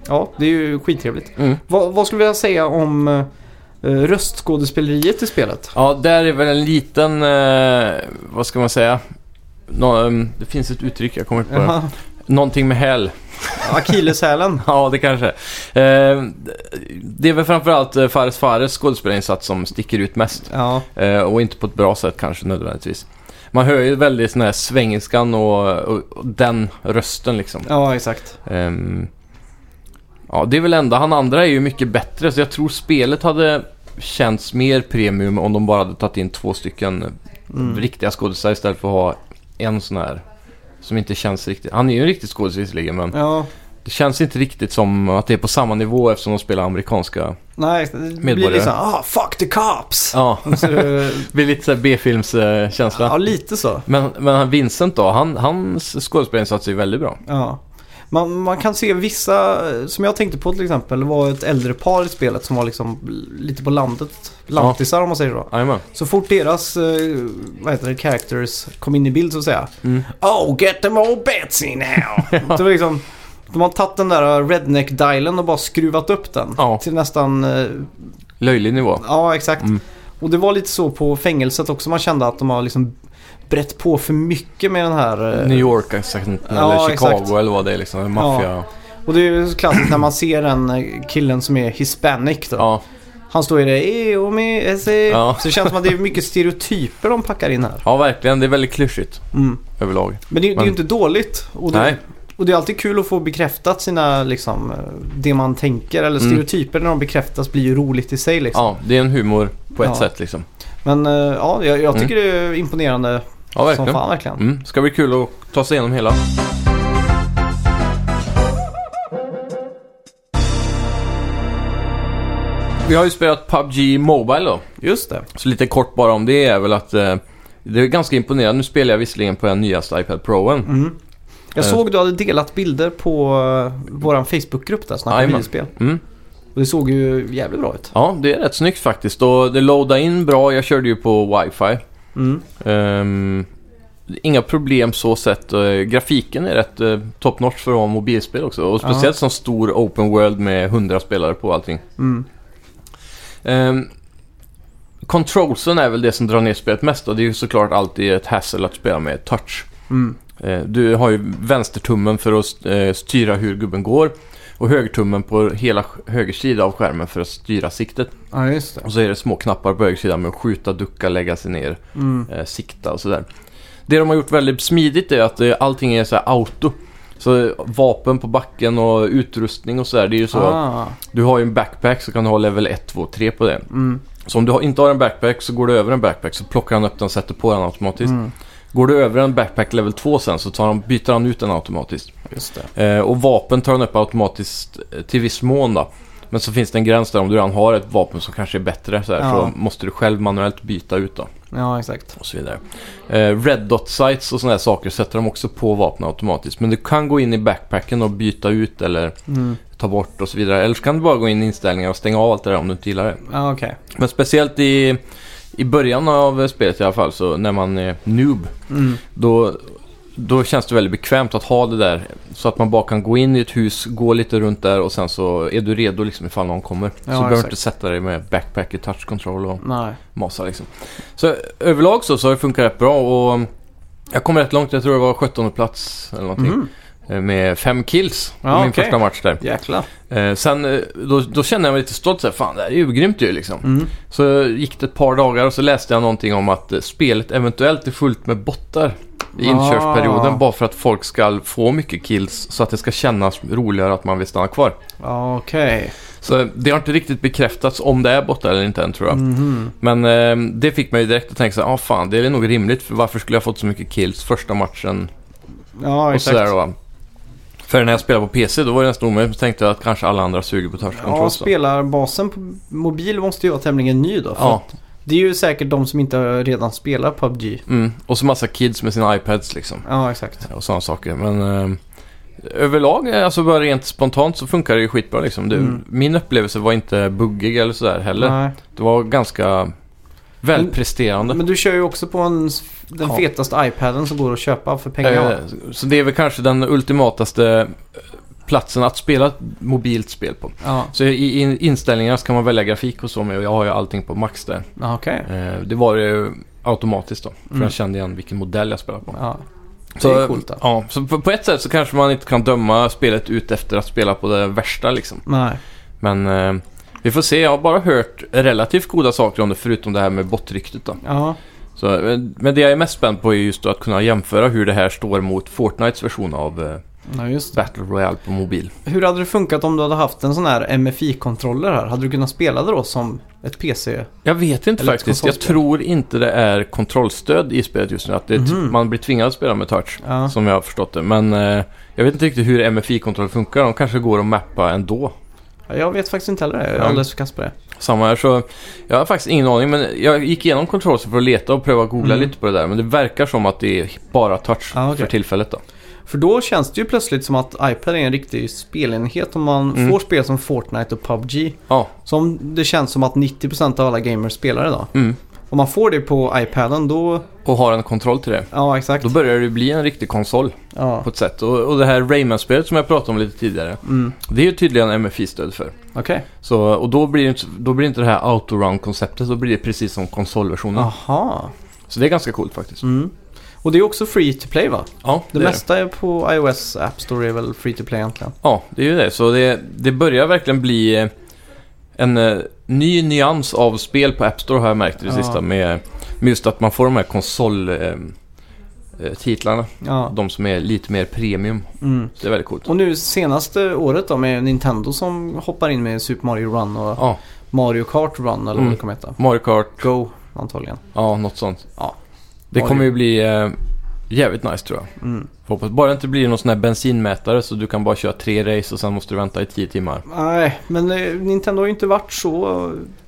Ja, det är ju skittrevligt. Mm. Vad, vad skulle du vilja säga om uh, röstskådespeleriet i spelet? Ja, där är väl en liten, eh, vad ska man säga? Nå, um, det finns ett uttryck, jag kommer inte på det. Jaha. Någonting med häl. Akilleshälen. Ja, det kanske är. Eh, det är väl framförallt eh, Fares Fares skådespelarinsats som sticker ut mest. Ja. Eh, och inte på ett bra sätt kanske nödvändigtvis. Man hör ju väldigt sån här svengelskan och, och, och den rösten liksom. Ja, exakt. Eh, ja, det är väl enda. Han andra är ju mycket bättre, så jag tror spelet hade känts mer premium om de bara hade tagit in två stycken mm. riktiga skådespelare istället för att ha en sån här som inte känns riktigt. Han är ju en riktig skådespelare, men ja. det känns inte riktigt som att det är på samma nivå eftersom de spelar amerikanska. Nej, det medborgare. blir liksom, ah, fuck the cops! Ja, så, det blir lite så här B-filmskänsla. ja, lite så. Men, men Vincent då, han, hans skådespelarinsats är väldigt bra. Ja. Man, man kan se vissa, som jag tänkte på till exempel, var ett äldre par i spelet som var liksom lite på landet, lantisar ja. om man säger så. Amen. Så fort deras, vad heter det, characters kom in i bild så att säga. Mm. Oh, get them all Betsy now! ja. Det var liksom, de har tagit den där redneck-dialen och bara skruvat upp den ja. till nästan löjlig nivå. Ja, exakt. Mm. Och det var lite så på fängelset också, man kände att de har liksom brett på för mycket med den här New York accenten, ja, eller Chicago exakt. eller vad det är liksom, maffia. Ja. Och det är ju klassiskt när man ser den killen som är hispanic då. Ja. Han står i det e och med se. Ja. Så det känns som att det är mycket stereotyper de packar in här. Ja, verkligen, det är väldigt klyschigt mm. överlag. Men det, det är ju inte dåligt. Och det, Nej. Och det är alltid kul att få bekräftat sina liksom, det man tänker eller stereotyper mm. när de bekräftas blir ju roligt i sig liksom. Ja, det är en humor på ett ja. sätt liksom. Men ja, jag, jag tycker mm. det är imponerande. Ja, verkligen. Som fan, verkligen. Mm. Ska bli kul att ta sig igenom hela. Vi har ju spelat P U B G Mobile då. Just det. Så lite kort bara om det är väl att eh, det är ganska imponerande. Nu spelar jag visserligen på den nyaste iPad Proen. Mm. Jag såg du hade delat bilder på uh, våran Facebookgrupp där, Snacka videospel. Mm. Och det såg ju jävligt bra ut. Ja, det är rätt snyggt faktiskt. Och det loadade in bra. Jag körde ju på Wi-Fi. Mm. Um, inga problem så sett. Uh, grafiken är rätt uh, top notch för att ha mobilspel också. Och speciellt uh-huh. som stor open world med hundra spelare på allting. Mm. Um, Controlsen är väl det som drar ner spelet mest. Och det är ju såklart alltid ett hassle att spela med touch. Mm. Uh, du har ju vänstertummen för att uh, styra hur gubben går. Och högertummen på hela höger sida av skärmen för att styra siktet. Ja, just det. Och så är det små knappar på höger sida med att skjuta, ducka, lägga sig ner, mm. eh, sikta och sådär. Det de har gjort väldigt smidigt är att eh, allting är så här auto. Så vapen på backen och utrustning och sådär, det är ju så. Ah. Du har ju en backpack så kan du ha level ett, två, tre på det. Mm. Så om du inte har en backpack så går du över en backpack så plockar han upp den och sätter på den automatiskt. Mm. Går du över en backpack level två sen så tar han, byter han ut den automatiskt. Just det. Eh, och vapen tar han upp automatiskt till viss mån då. Men så finns det en gräns där om du redan har ett vapen som kanske är bättre så, här, ja. så måste du själv manuellt byta ut då. Ja, exakt. Och så vidare. Eh, red dot sights och sådana här saker sätter de också på vapen automatiskt. Men du kan gå in i backpacken och byta ut eller mm. ta bort och så vidare. Eller så kan du bara gå in i inställningar och stänga av allt det där om du inte gillar det. Ja, okej. Okay. Men speciellt i... I början av spelet i alla fall, så när man är noob, mm. då, då känns det väldigt bekvämt att ha det där. Så att man bara kan gå in i ett hus, gå lite runt där och sen så är du redo liksom ifall någon kommer. Ja, så du behöver inte sätta dig med backpack, touch control och Nej. massa liksom. Så överlag så, så har det funkat rätt bra och jag kom rätt långt, jag tror det var sjuttonde plats eller någonting. Mm. Med fem kills ja, min okay. första match där. Jäklar. Eh, sen då, då kände jag mig lite stolt så här, fan det här är ju grymt ju liksom. Mm. Så gick det ett par dagar och så läste jag någonting om att spelet eventuellt är fullt med bottar i inkörsperioden ah. bara för att folk ska få mycket kills så att det ska kännas roligare att man vill stanna kvar. Okej. Okay. Så det har inte riktigt bekräftats om det är bottar eller inte än tror jag. Mm-hmm. Men eh, det fick mig direkt att tänka så här, ah fan det är nog rimligt för varför skulle jag fått så mycket kills första matchen? Ja, exakt. Och så där då. För när jag spelade på P C då var det nästan omöjligt. Så tänkte jag att kanske alla andra suger på touch control. Ja, spelarbasen på mobil måste ju vara tämligen ny då. För ja. Det är ju säkert de som inte redan spelar P U B G. Mm. Och så massa kids med sina iPads liksom. Ja, exakt. Och sådana saker. Men eh, överlag, alltså bara rent spontant så funkar det ju skitbra liksom. Det, mm. Min upplevelse var inte buggig eller sådär heller. Nej. Det var ganska välpresterande. Men, men du kör ju också på en, den ja. fetaste iPaden som går att köpa för pengar. Eh, så det är väl kanske den ultimataste platsen att spela ett mobilt spel på. Ja. Så i in- inställningar ska man välja grafik och så med, och jag har ju allting på max där. Ja, okej. Eh, det var det automatiskt då, för Mm. jag kände igen vilken modell jag spelar på. Ja. Så, Det är coolt då. Ja, så på, på ett sätt så kanske man inte kan döma spelet ut efter att spela på det värsta liksom. Nej. Men eh, vi får se, jag har bara hört relativt goda saker om det förutom det här med botryktet då. Ja. Så, eh, men det jag är mest spänd på är just då att kunna jämföra hur det här står mot Fortnites version av eh, Ja, just det. Battle Royale på mobil. Hur hade det funkat om du hade haft en sån här M F I-kontroller här? Hade du kunnat spela det då som ett P C? Jag vet inte Eller ett faktiskt. Jag konsolspel. tror inte det är kontrollstöd i spelet just nu. Att det är t- Mhm. man blir tvingad att spela med touch, Ja. som jag har förstått det. Men eh, jag vet inte riktigt hur M F I-kontroll funkar. De kanske går att mappa ändå. Ja, jag vet faktiskt inte heller det. Jag är Ja. alldeles för kass på det. Samma här, så jag har faktiskt ingen aning. Men jag gick igenom kontrollen för att leta och pröva att googla Mm. lite på det där. Men det verkar som att det är bara touch Ja, okej. för tillfället då. För då känns det ju plötsligt som att iPad är en riktig spelenhet om man Mm. får spel som Fortnite och P U B G. Ja. Som det känns som att nittio procent av alla gamers spelar idag. Mm. Om man får det på iPaden då... Och har en kontroll till det. Ja, exakt. Då börjar det bli en riktig konsol Ja. på ett sätt. Och, och det här Rayman-spelet som jag pratade om lite tidigare. Mm. Det är ju tydligen M F I-stöd för. Okej. Så, och då blir, det inte, då blir det inte det här auto-run-konceptet, då blir det precis som konsolversionen. Aha. Så det är ganska coolt faktiskt. Mm. Och det är också free to play, va? Ja, Det, det är mesta är på iOS App Store är väl free to play egentligen. Ja, det är ju det. Så det, det börjar verkligen bli eh, en eh, ny nyans av spel på App Store har jag märkt i det Ja. sista. Med, med just att man får de här konsoltitlarna. Eh, titlarna. Ja. De som är lite mer premium. Mm. Så det är väldigt coolt. Och nu senaste året då med Nintendo som hoppar in med Super Mario Run och Ja, Mario Kart Run eller Mm. vad det kommer heta. Mario Kart. Go antagligen. Ja, något sånt. Ja. Det Mario. kommer ju bli eh, jävligt nice tror jag. Mm. Hoppas bara det inte blir någon sån här bensinmätare så du kan bara köra tre race och sen måste du vänta i tio timmar. Nej, men eh, Nintendo har ju inte varit så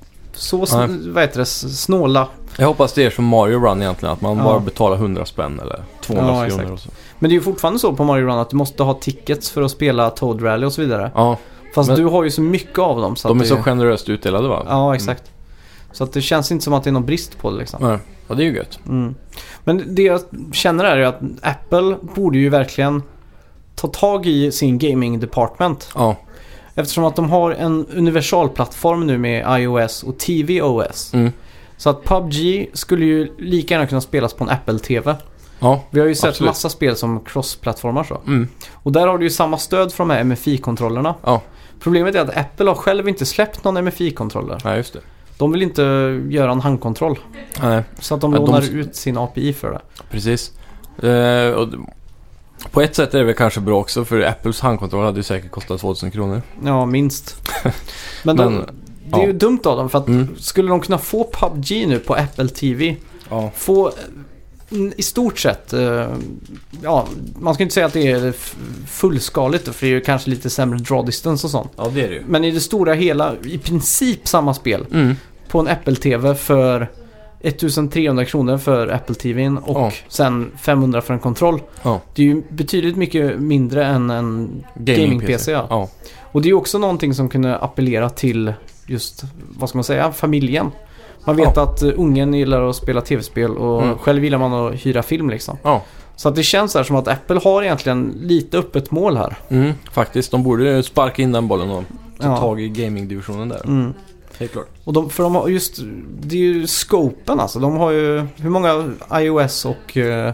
så sn- Nej. vad heter det, s- snåla. Jag hoppas det är som Mario Run egentligen, att man Ja. bara betalar hundra spänn eller tvåhundra Ja, kronor exakt. och så. Men det är ju fortfarande så på Mario Run att du måste ha tickets för att spela Toad Rally och så vidare. Ja, Fast men- du har ju så mycket av dem så de är att så det, generöst utdelade va? Ja, exakt. Så att det känns inte som att det är någon brist på det liksom. Mm. Ja, det är ju gött. Mm. Men det jag känner är ju att Apple borde ju verkligen ta tag i sin gaming department. Ja. Eftersom att de har en universalplattform nu med iOS och tvOS. Mm. Så att P U B G skulle ju lika gärna kunna spelas på en Apple-T V. Ja. Vi har ju sett Absolut. massa spel som cross-plattformar så. Mm. Och där har du ju samma stöd för de här M F I-kontrollerna. Ja. Problemet är att Apple har själv inte släppt någon M F I-kontroller. Nej, just det. De vill inte göra en handkontroll. Nej, Så att de Ja, de- lånar ut sin A P I för det. precis. Eh, och d- på ett sätt är det väl kanske bra också, för Apples handkontroll hade ju säkert kostat tvåtusen kronor. Ja, minst. Men, de, Men, det är ja. ju dumt av dem för att Mm. skulle de kunna få P U B G nu på Apple T V, Ja. få mm, i stort sett, eh, ja, man ska inte säga att det är f- fullskaligt för det är ju kanske lite sämre draw distance och sånt. Ja, det är det ju. Men i det stora hela, i princip samma spel Mm. på en Apple-T V för ettusentrehundra kronor för Apple T V:n och Ja. sen femhundra för en kontroll. Ja. Det är ju betydligt mycket mindre än en gaming-P C. Ja. Ja. Och det är ju också någonting som kunde appellera till just, vad ska man säga, familjen. Man vet Ja. att uh, ungen gillar att spela tv-spel och Mm. själv gillar man att hyra film liksom. Ja. Så att det känns här som att Apple har egentligen lite öppet mål här. Mm. Faktiskt, de borde ju sparka in den bollen och ta Ja. tag i gaming-divisionen där. Mm. Helt klart. Och de, för de har just, det är ju scopen alltså. De har ju, hur många iOS och uh,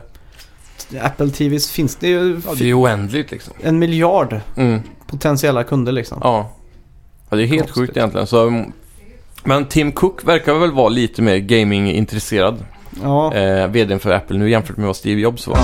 Apple T Vs finns det? Ju Ja, det är ju oändligt liksom. en miljard Mm. potentiella kunder liksom. Ja. Ja, det är helt Konstigt. sjukt egentligen. Så, mm, men Tim Cook verkar väl vara lite mer gaming-intresserad. Ja. Eh, vdn för Apple nu jämfört med vad Steve Jobs var. Ja.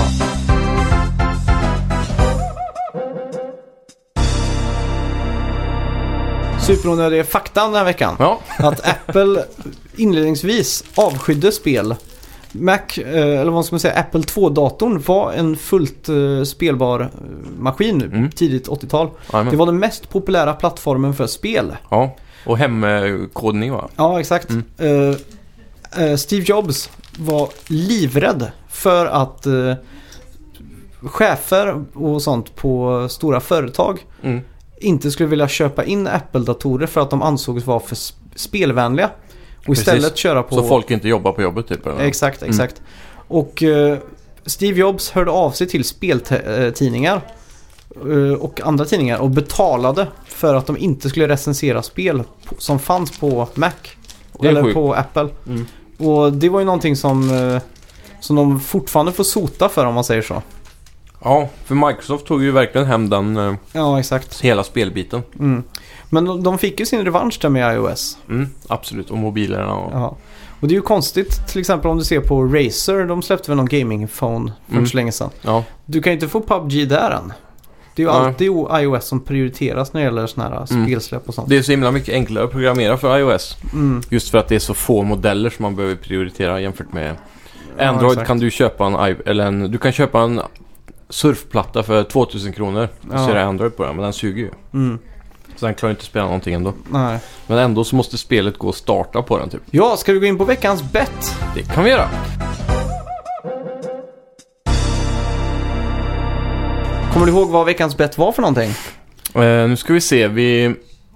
Superonödiga fakta den här veckan. Ja. Att Apple inledningsvis avskydde spel. Mac, eh, eller vad ska man säga, Apple två-datorn var en fullt eh, spelbar eh, maskin Mm. tidigt åttiotal. Amen. Det var den mest populära plattformen för spel. Ja. Och hemkodning va? Ja, exakt. Mm. Eh, eh, Steve Jobs var livrädd för att eh, chefer och sånt på stora företag Mm. inte skulle vilja köpa in Apple-datorer för att de ansågs vara för sp- spelvänliga. Och Precis. istället köra på... Så folk inte jobbar på jobbet typ? Eller? Exakt, exakt. Och eh, Steve Jobs hörde av sig till speltidningar och andra tidningar och betalade för att de inte skulle recensera spel som fanns på Mac eller sjukt. på Apple. Mm. Och det var ju någonting som, som de fortfarande får sota för, om man säger så. Ja, för Microsoft tog ju verkligen hem den Ja, exakt. hela spelbiten. Mm. Men de, de fick ju sin revansch där med iOS. Mm, absolut, och mobilerna. Och... Ja. Och det är ju konstigt, till exempel om du ser på Razer, de släppte väl någon gaming-phone för Mm. så länge sedan. Ja. Du kan ju inte få P U B G där än. Det är ju Nej. alltid iOS som prioriteras när det gäller såna här Mm. spelsläpp och sånt. Det är så himla mycket enklare att programmera för iOS. Mm. Just för att det är så få modeller som man behöver prioritera jämfört med Ja, Android. exakt. Kan du köpa en, i- eller en du kan köpa en surfplatta för tvåtusen kronor och Ja. så är det Android på den, men den suger ju. Mm. Så den klarar inte spela någonting ändå. Nej. Men ändå så måste spelet gå och starta på den typ. Ja, ska vi gå in på veckans bett? Det kan vi göra. Kommer du ihåg vad veckans bett var för någonting? Eh, nu ska vi se, vi...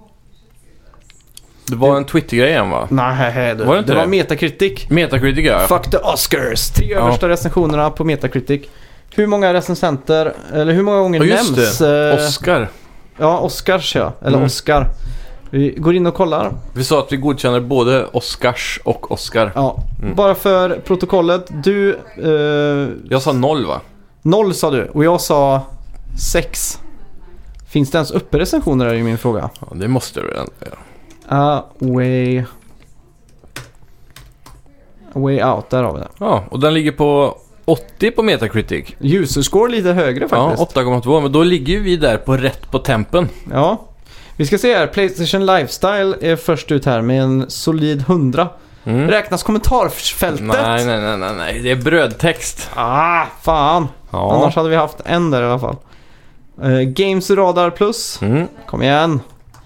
Det var en Twitter-grej igen va? Nej, det Var det inte det var det? Metacritic. Metacritic ja. Fuck the Oscars. Tre Ja. översta recensionerna på Metacritic. Hur många recensenter, eller hur många gånger Ja, just nämns? det. eh, Oscar. Ja, Oscars ja. Eller Mm. Oscar. Vi går in och kollar. Vi sa att vi godkänner både Oscars och Oscar. Ja, Mm. bara för protokollet. Du, eh, Jag sa noll va? noll sa du och jag sa sex. Finns det ens uppe recensioner där, är min fråga. Ja, det måste du redan göra. A way... A way out, där har vi det. Ja, och den ligger på åttio på Metacritic. User score lite högre Ja, faktiskt. åtta komma två. Men då ligger ju vi där på rätt på tempen. Ja. Vi ska se här. PlayStation Lifestyle är först ut här med en solid hundra. Mm. Räknas kommentarsfältet? Nej, nej, nej, nej, nej. Det är brödtext. Ah, fan. Ja. Annars hade vi haft en där i alla fall. Uh, Games Radar Plus. Mm. Kom igen.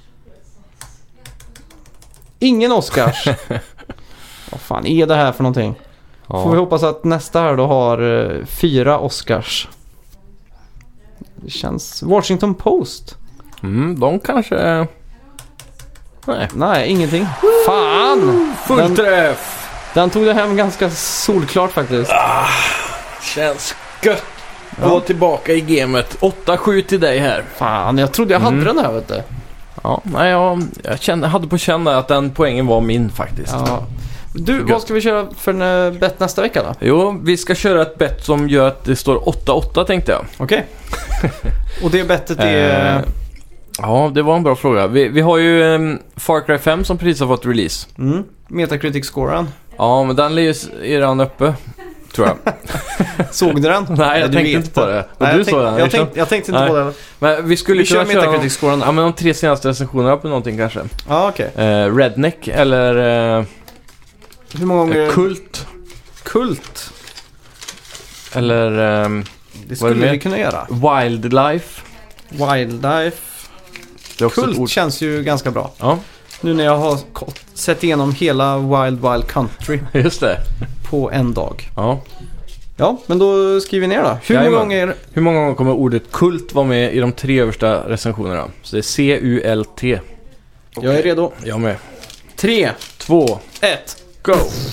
Ingen Oscars. Vad fan är det här för någonting? Ja. Får vi hoppas att nästa här då har uh, fyra Oscars. Det känns... Washington Post. Mm, de kanske... Nej. Nej, ingenting. Fan! Full Den, träff! den tog det hem ganska solklart faktiskt. Känns gött. Ja. Gå tillbaka i gamet. åtta sju till dig här. Fan, jag trodde jag hade Mm. den här, vet du. Ja, nej, jag, jag kände, hade på känna att den poängen var min faktiskt. Ja. Du, Gött. vad ska vi köra för en uh, bett nästa vecka då? Jo, vi ska köra ett bett som gör att det står åtta åtta tänkte jag. Okej. Och det bettet är... Eh, ja, det var en bra fråga. Vi, vi har ju um, Far Cry fem som precis har fått release. Mm. Metacritic-scoren. Ja, men den är redan uppe, tror jag. Såg du den? Nej, jag du tänkte vet inte på det. Men Nej, du jag, såg tänk, den, jag, liksom. tänkte, jag tänkte inte Nej. på den. Men vi skulle Vi kör kunna köra de, Metacritic-scoren. ja, men de tre senaste recensionerna på någonting kanske. Ja, okej. Eh, Redneck eller eh, Hur många gånger... Kult. Kult. Eller eh, Det Vad är skulle det mer? vi kunna göra. Wildlife. Wildlife. Det är också ett Kult ord. känns ju ganska bra. Ja, Nu när jag har ko- sett igenom hela Wild Wild Country just det. på en dag. Ja. Ja, men då skriver vi ner då. Hur många Jajamän. gånger... Hur många gånger kommer ordet kult vara med i de tre översta recensionerna? Så det är C U L T. Jag är redo. Jag med. Tre, Två. ett, Go!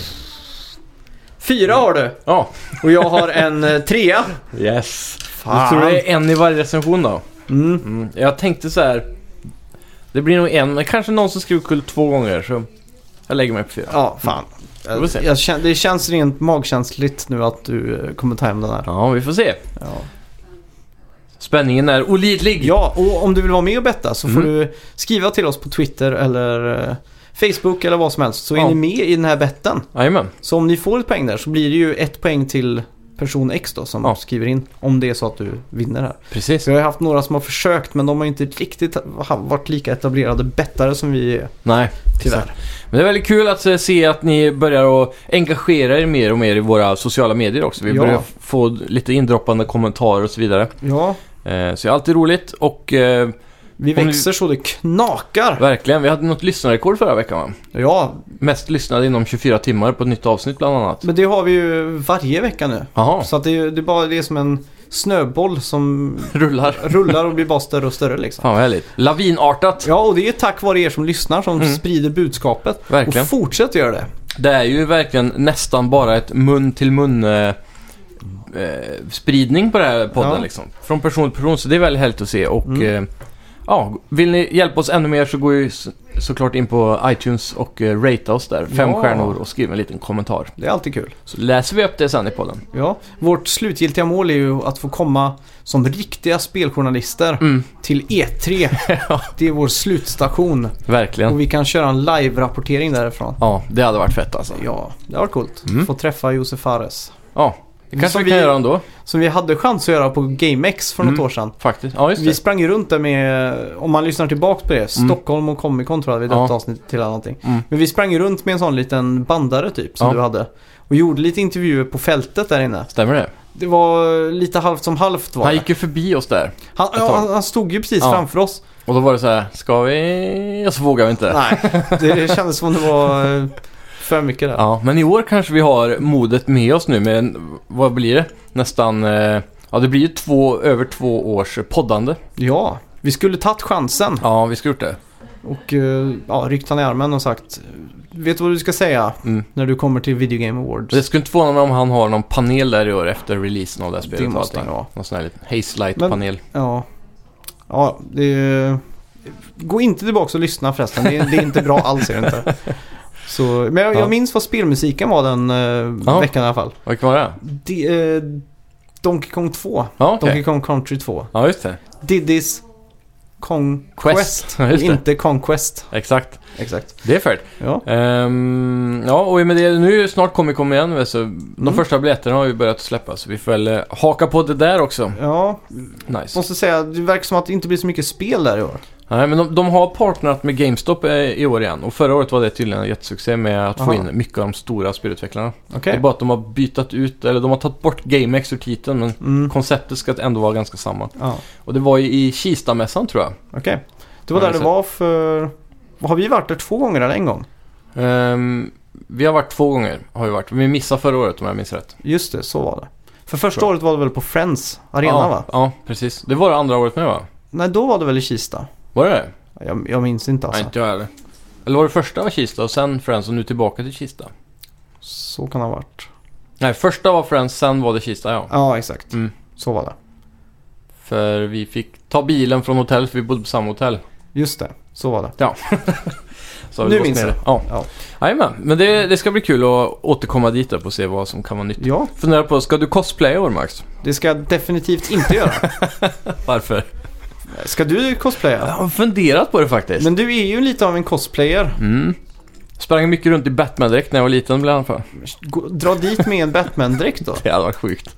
fyra har du. Ja. Och jag har en eh, trea. Yes. Fan. Jag tror det är en i varje recension då. Mm. Mm. Jag tänkte så här. Det blir nog en, men kanske någon som skriver kult två gånger. Så jag lägger mig på fyra. Ja, fan. Vi får se. Jag, kän- det känns rent magkänsligt nu att du eh, kommer ta hem den här. Ja, vi får se. Ja. Spänningen är olidlig. Ja, och om du vill vara med och betta så får Mm. du skriva till oss på Twitter eller eh, Facebook eller vad som helst. Så är Ja. ni med i den här betten. Jajamän. Så om ni får ett poäng där så blir det ju ett poäng till person X då som Ja. skriver in. Om det är så att du vinner här. Precis. Så jag har haft några som har försökt men de har inte riktigt ha- varit lika etablerade bettare som vi är. Nej, Tyvärr. exakt. Men det är väldigt kul att eh, se att ni börjar att engagera er mer och mer i våra sociala medier också. Vi Ja. börjar få lite indroppande kommentarer och så vidare. Ja, Eh, så det är alltid roligt och eh, vi Om växer så det knakar. verkligen, vi hade något lyssnarrekord förra veckan va? Ja, Mest lyssnade inom tjugofyra timmar på ett nytt avsnitt bland annat. men det har vi ju varje vecka nu. Jaha, Så att det, är- det är bara det är som en snöboll som rullar. rullar och blir bara större och större liksom. Fan vad härligt. Lavinartat. Ja, och det är tack vare er som lyssnar som Mm. sprider budskapet. Verkligen. Och fortsätt göra det. Det är ju verkligen nästan bara ett mun till mun eh, eh, spridning på det här podden Ja. liksom. Från person till person, så det är väldigt härligt att se. Och Mm. eh, ja, vill ni hjälpa oss ännu mer så går ju så, såklart in på iTunes och eh, rate oss där. Fem Ja. stjärnor och skriv en liten kommentar. Det är alltid kul. Så läser vi upp det sen i podden. Ja, vårt slutgiltiga mål är ju att få komma som riktiga speljournalister Mm, till E tre. Det är vår slutstation. verkligen. Och vi kan köra en live-rapportering därifrån. Ja, det hade varit fett alltså. Ja, det har varit coolt. Mm. Få träffa Josef Fares. Ja, det kanske Som vi kan vi- göra ändå. Som vi hade chans att göra på GameX för något Mm. år sedan. Faktiskt. Ja, just Vi det. sprang ju runt där med, om man lyssnar tillbaka på det, Stockholm och Comic Con tror jag vi döpte Ja. avsnitt till eller någonting. Mm. Men vi sprang ju runt med en sån liten bandare typ som Ja. du hade. Och gjorde lite intervjuer på fältet där inne. Stämmer det? Det var lite halvt som halvt var Han det. gick ju förbi oss där. Han, ett ja, tag. han, han stod ju precis Ja. framför oss. Och då var det så här, ska vi... Och så vågar vi inte. Nej, det kändes som det var eh, för mycket där. Ja, men i år kanske vi har modet med oss nu med, en, vad blir det? Nästan, eh, ja det blir ju två, över två års poddande. Ja, vi skulle tagit chansen. Ja, vi ska gjort det. Och eh, ja, ryckt han i armen och sagt, vet du vad du ska säga Mm. när du kommer till Video Game Awards? Det skulle inte förvåna mig om han har någon panel där i år efter releasen av det här spelet. Det och måste allting. han ha. Någon sån här liten Haze Men- Light-panel. Ja, ja det... Gå inte tillbaka och lyssna förresten. Det är, det är inte bra alls, är det inte. Så, men jag, Ja. jag minns vad spelmusiken var den eh, Ja. veckan i alla fall. Vad kan vara det? De, eh, Donkey Kong två. Ja, okej. Donkey Kong Country två. Ja, just det. Diddy's Kong Quest. Quest. Ja, just det. Inte Conquest. Exakt. Exakt. Det är färdigt. Ja. Ehm, ja, och med det, nu är snart Comic Con igen. Så de Mm. första biljetterna har ju börjat släppas. Så vi får väl eh, haka på det där också. Ja, Nice. måste säga, det verkar som att det inte blir så mycket spel där i år. Nej, men de, de har partnerat med GameStop eh, i år igen. Och förra året var det tydligen en jättesuccé med att få Aha. in mycket av de stora spelutvecklarna. Okej. Det är bara att de har bytt ut, eller de har tagit bort GameX ur titeln, men Mm. konceptet ska ändå vara ganska samma. Ja, Och det var ju i Kista-mässan tror jag. okej. Det var Ja, där det det ser- var för... Har vi varit där två gånger eller en gång? Ehm, vi har varit två gånger, har vi varit. Vi missade förra året om jag minns rätt. Just det, så var det. För första Bra. året var det väl på Friends Arena ja, va? Ja, precis. Det var det andra året med va? Nej, då var det väl i Kista. Var det det? Jag, jag minns inte alltså. Nej, inte jag heller. Eller var det första var Kista och sen Friends och nu tillbaka till Kista? Så kan det ha varit. Nej, första var Friends, sen var det Kista, ja. Ja, exakt. Mm. Så var det. För vi fick ta bilen från hotellet, för vi bodde på samma hotell. Just det, så var det. Så har vi Nu gått minns ner jag. det. Ja. Ja. Jajamän, men det, det ska bli kul att återkomma dit upp och se vad som kan vara nytt. Ja, Fundera på, ska du cosplaya i år, Max? det ska jag definitivt inte göra. Varför? Ska du Jag cosplaya? har funderat på det faktiskt. Men du är ju lite av en cosplayer. Mm. Sprang mycket runt i Batman-dräkt när jag var liten bland annat. Gå- Dra dit med en Batman-dräkt då. Det hade varit sjukt.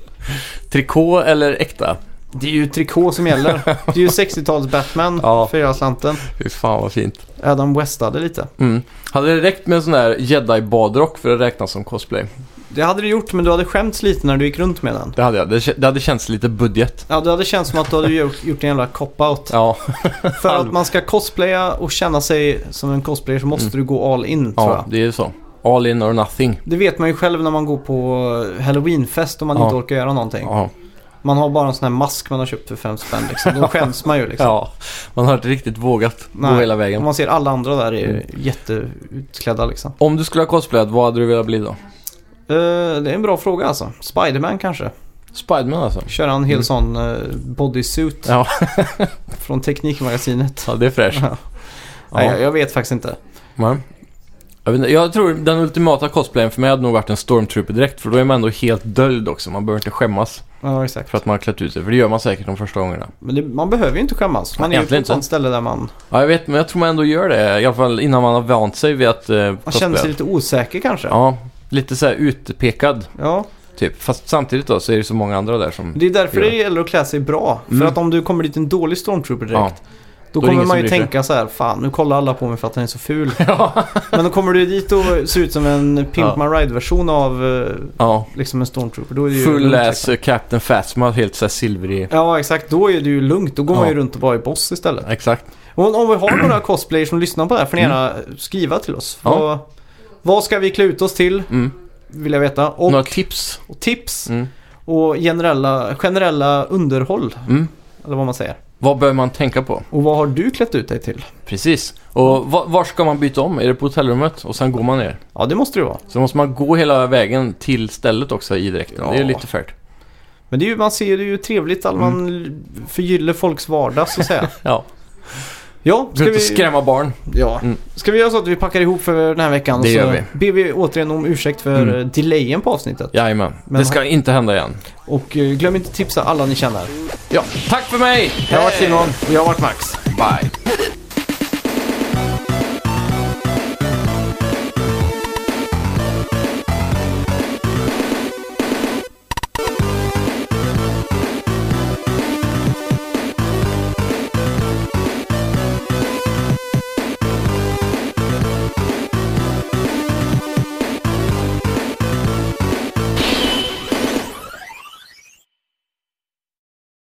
Trikå eller äkta? Det är ju trikå som gäller. Det är ju sextio-tals Batman Ja. för hela slanten. Fy fan vad fint. Adam Westade lite. Mm. Hade det räckt med en sån där Jedi-badrock för att räknas som cosplay? Det hade du gjort, men du hade skämts lite när du gick runt med den. Det hade jag. Det, det hade känts lite budget. Ja, det hade känts som att du hade gjort, gjort en jävla cop-out. Ja, För att man ska cosplaya och känna sig som en cosplayer så måste du gå all in, tror ja jag. det är ju så. All in or nothing. Det vet man ju själv när man går på Halloweenfest och man Ja. inte orkar göra någonting. Ja. Man har bara en sån här mask man har köpt för fem spänn liksom. Då skäms man ju liksom. ja, man har inte riktigt vågat Nej. gå hela Och vägen. man ser alla andra där är Mm. jätteutklädda liksom. Om du skulle ha cosplayat, vad hade du velat bli då? Eh, det är en bra fråga alltså. Spiderman kanske. Spiderman alltså? Köra en hel Mm. sån uh, bodysuit Ja. från Teknikmagasinet. Ja, det är fräscht. Ja. Nej, jag, jag vet faktiskt inte. Ja. Jag, vet inte, jag tror den ultimata cosplayen för mig hade nog varit en Stormtrooper direkt. För då är man ändå helt döljd också. Man behöver inte skämmas Ja, exakt. för att man har klätt ut sig. För det gör man säkert de första gångerna. Men det, man behöver ju inte skämmas. Man är ju på Egentligen ett sånt inte. ställe där man, Ja, jag vet, men jag tror man ändå gör det. I alla fall innan man har vant sig vid att uh, man cosplaya. känner sig lite osäker kanske. Ja, lite så här utpekad Ja. typ. Fast samtidigt då så är det så många andra där som... Det är därför gör det gäller att klä sig bra. Mm. För att om du kommer dit en dålig Stormtrooper direkt, Ja. då, Då är det kommer ingen man som ju bryr sig. tänka så här, fan nu kollar alla på mig för att den är så ful. Ja. Men då kommer du dit och ser ut som en Pimp Ja. My Ride-version av eh, Ja. liksom en Stormtrooper. Då är det ju Full lugnt, ass liksom. uh, Captain Phasma, helt så här silverig. Ja, exakt. Då är det ju lugnt. Då går Ja. man ju runt och bara är boss istället. Exakt. Och om vi har några cosplayers som lyssnar på det här får ni gärna skriva till oss. Ja. Vad, vad ska vi klä ut oss till? Mm. Vill jag veta. Och, Några tips. och tips. Mm. Och generella, generella underhåll. Mm. Eller vad man säger. Vad bör man tänka på? Och vad har du klätt ut dig till? Precis. Och var, var ska man byta om? Är det på hotellrummet? Och sen går man ner. Ja, det måste det vara. Så måste man gå hela vägen till stället också i dräkten. Ja. Det är lite färt. Men det är ju, man ser det är ju trevligt att man mm. förgyller folks vardag så att säga. Ja. Ja, ska vi skrämma barn. Ja. Mm. Ska vi göra så att vi packar ihop för den här veckan det och så gör vi. ber vi återigen om ursäkt för mm. delayen på avsnittet. Jajamän. Men det ska inte hända igen. Och glöm inte tipsa alla ni känner. Ja, tack för mig. Jag har varit Simon och jag har varit Max. Bye.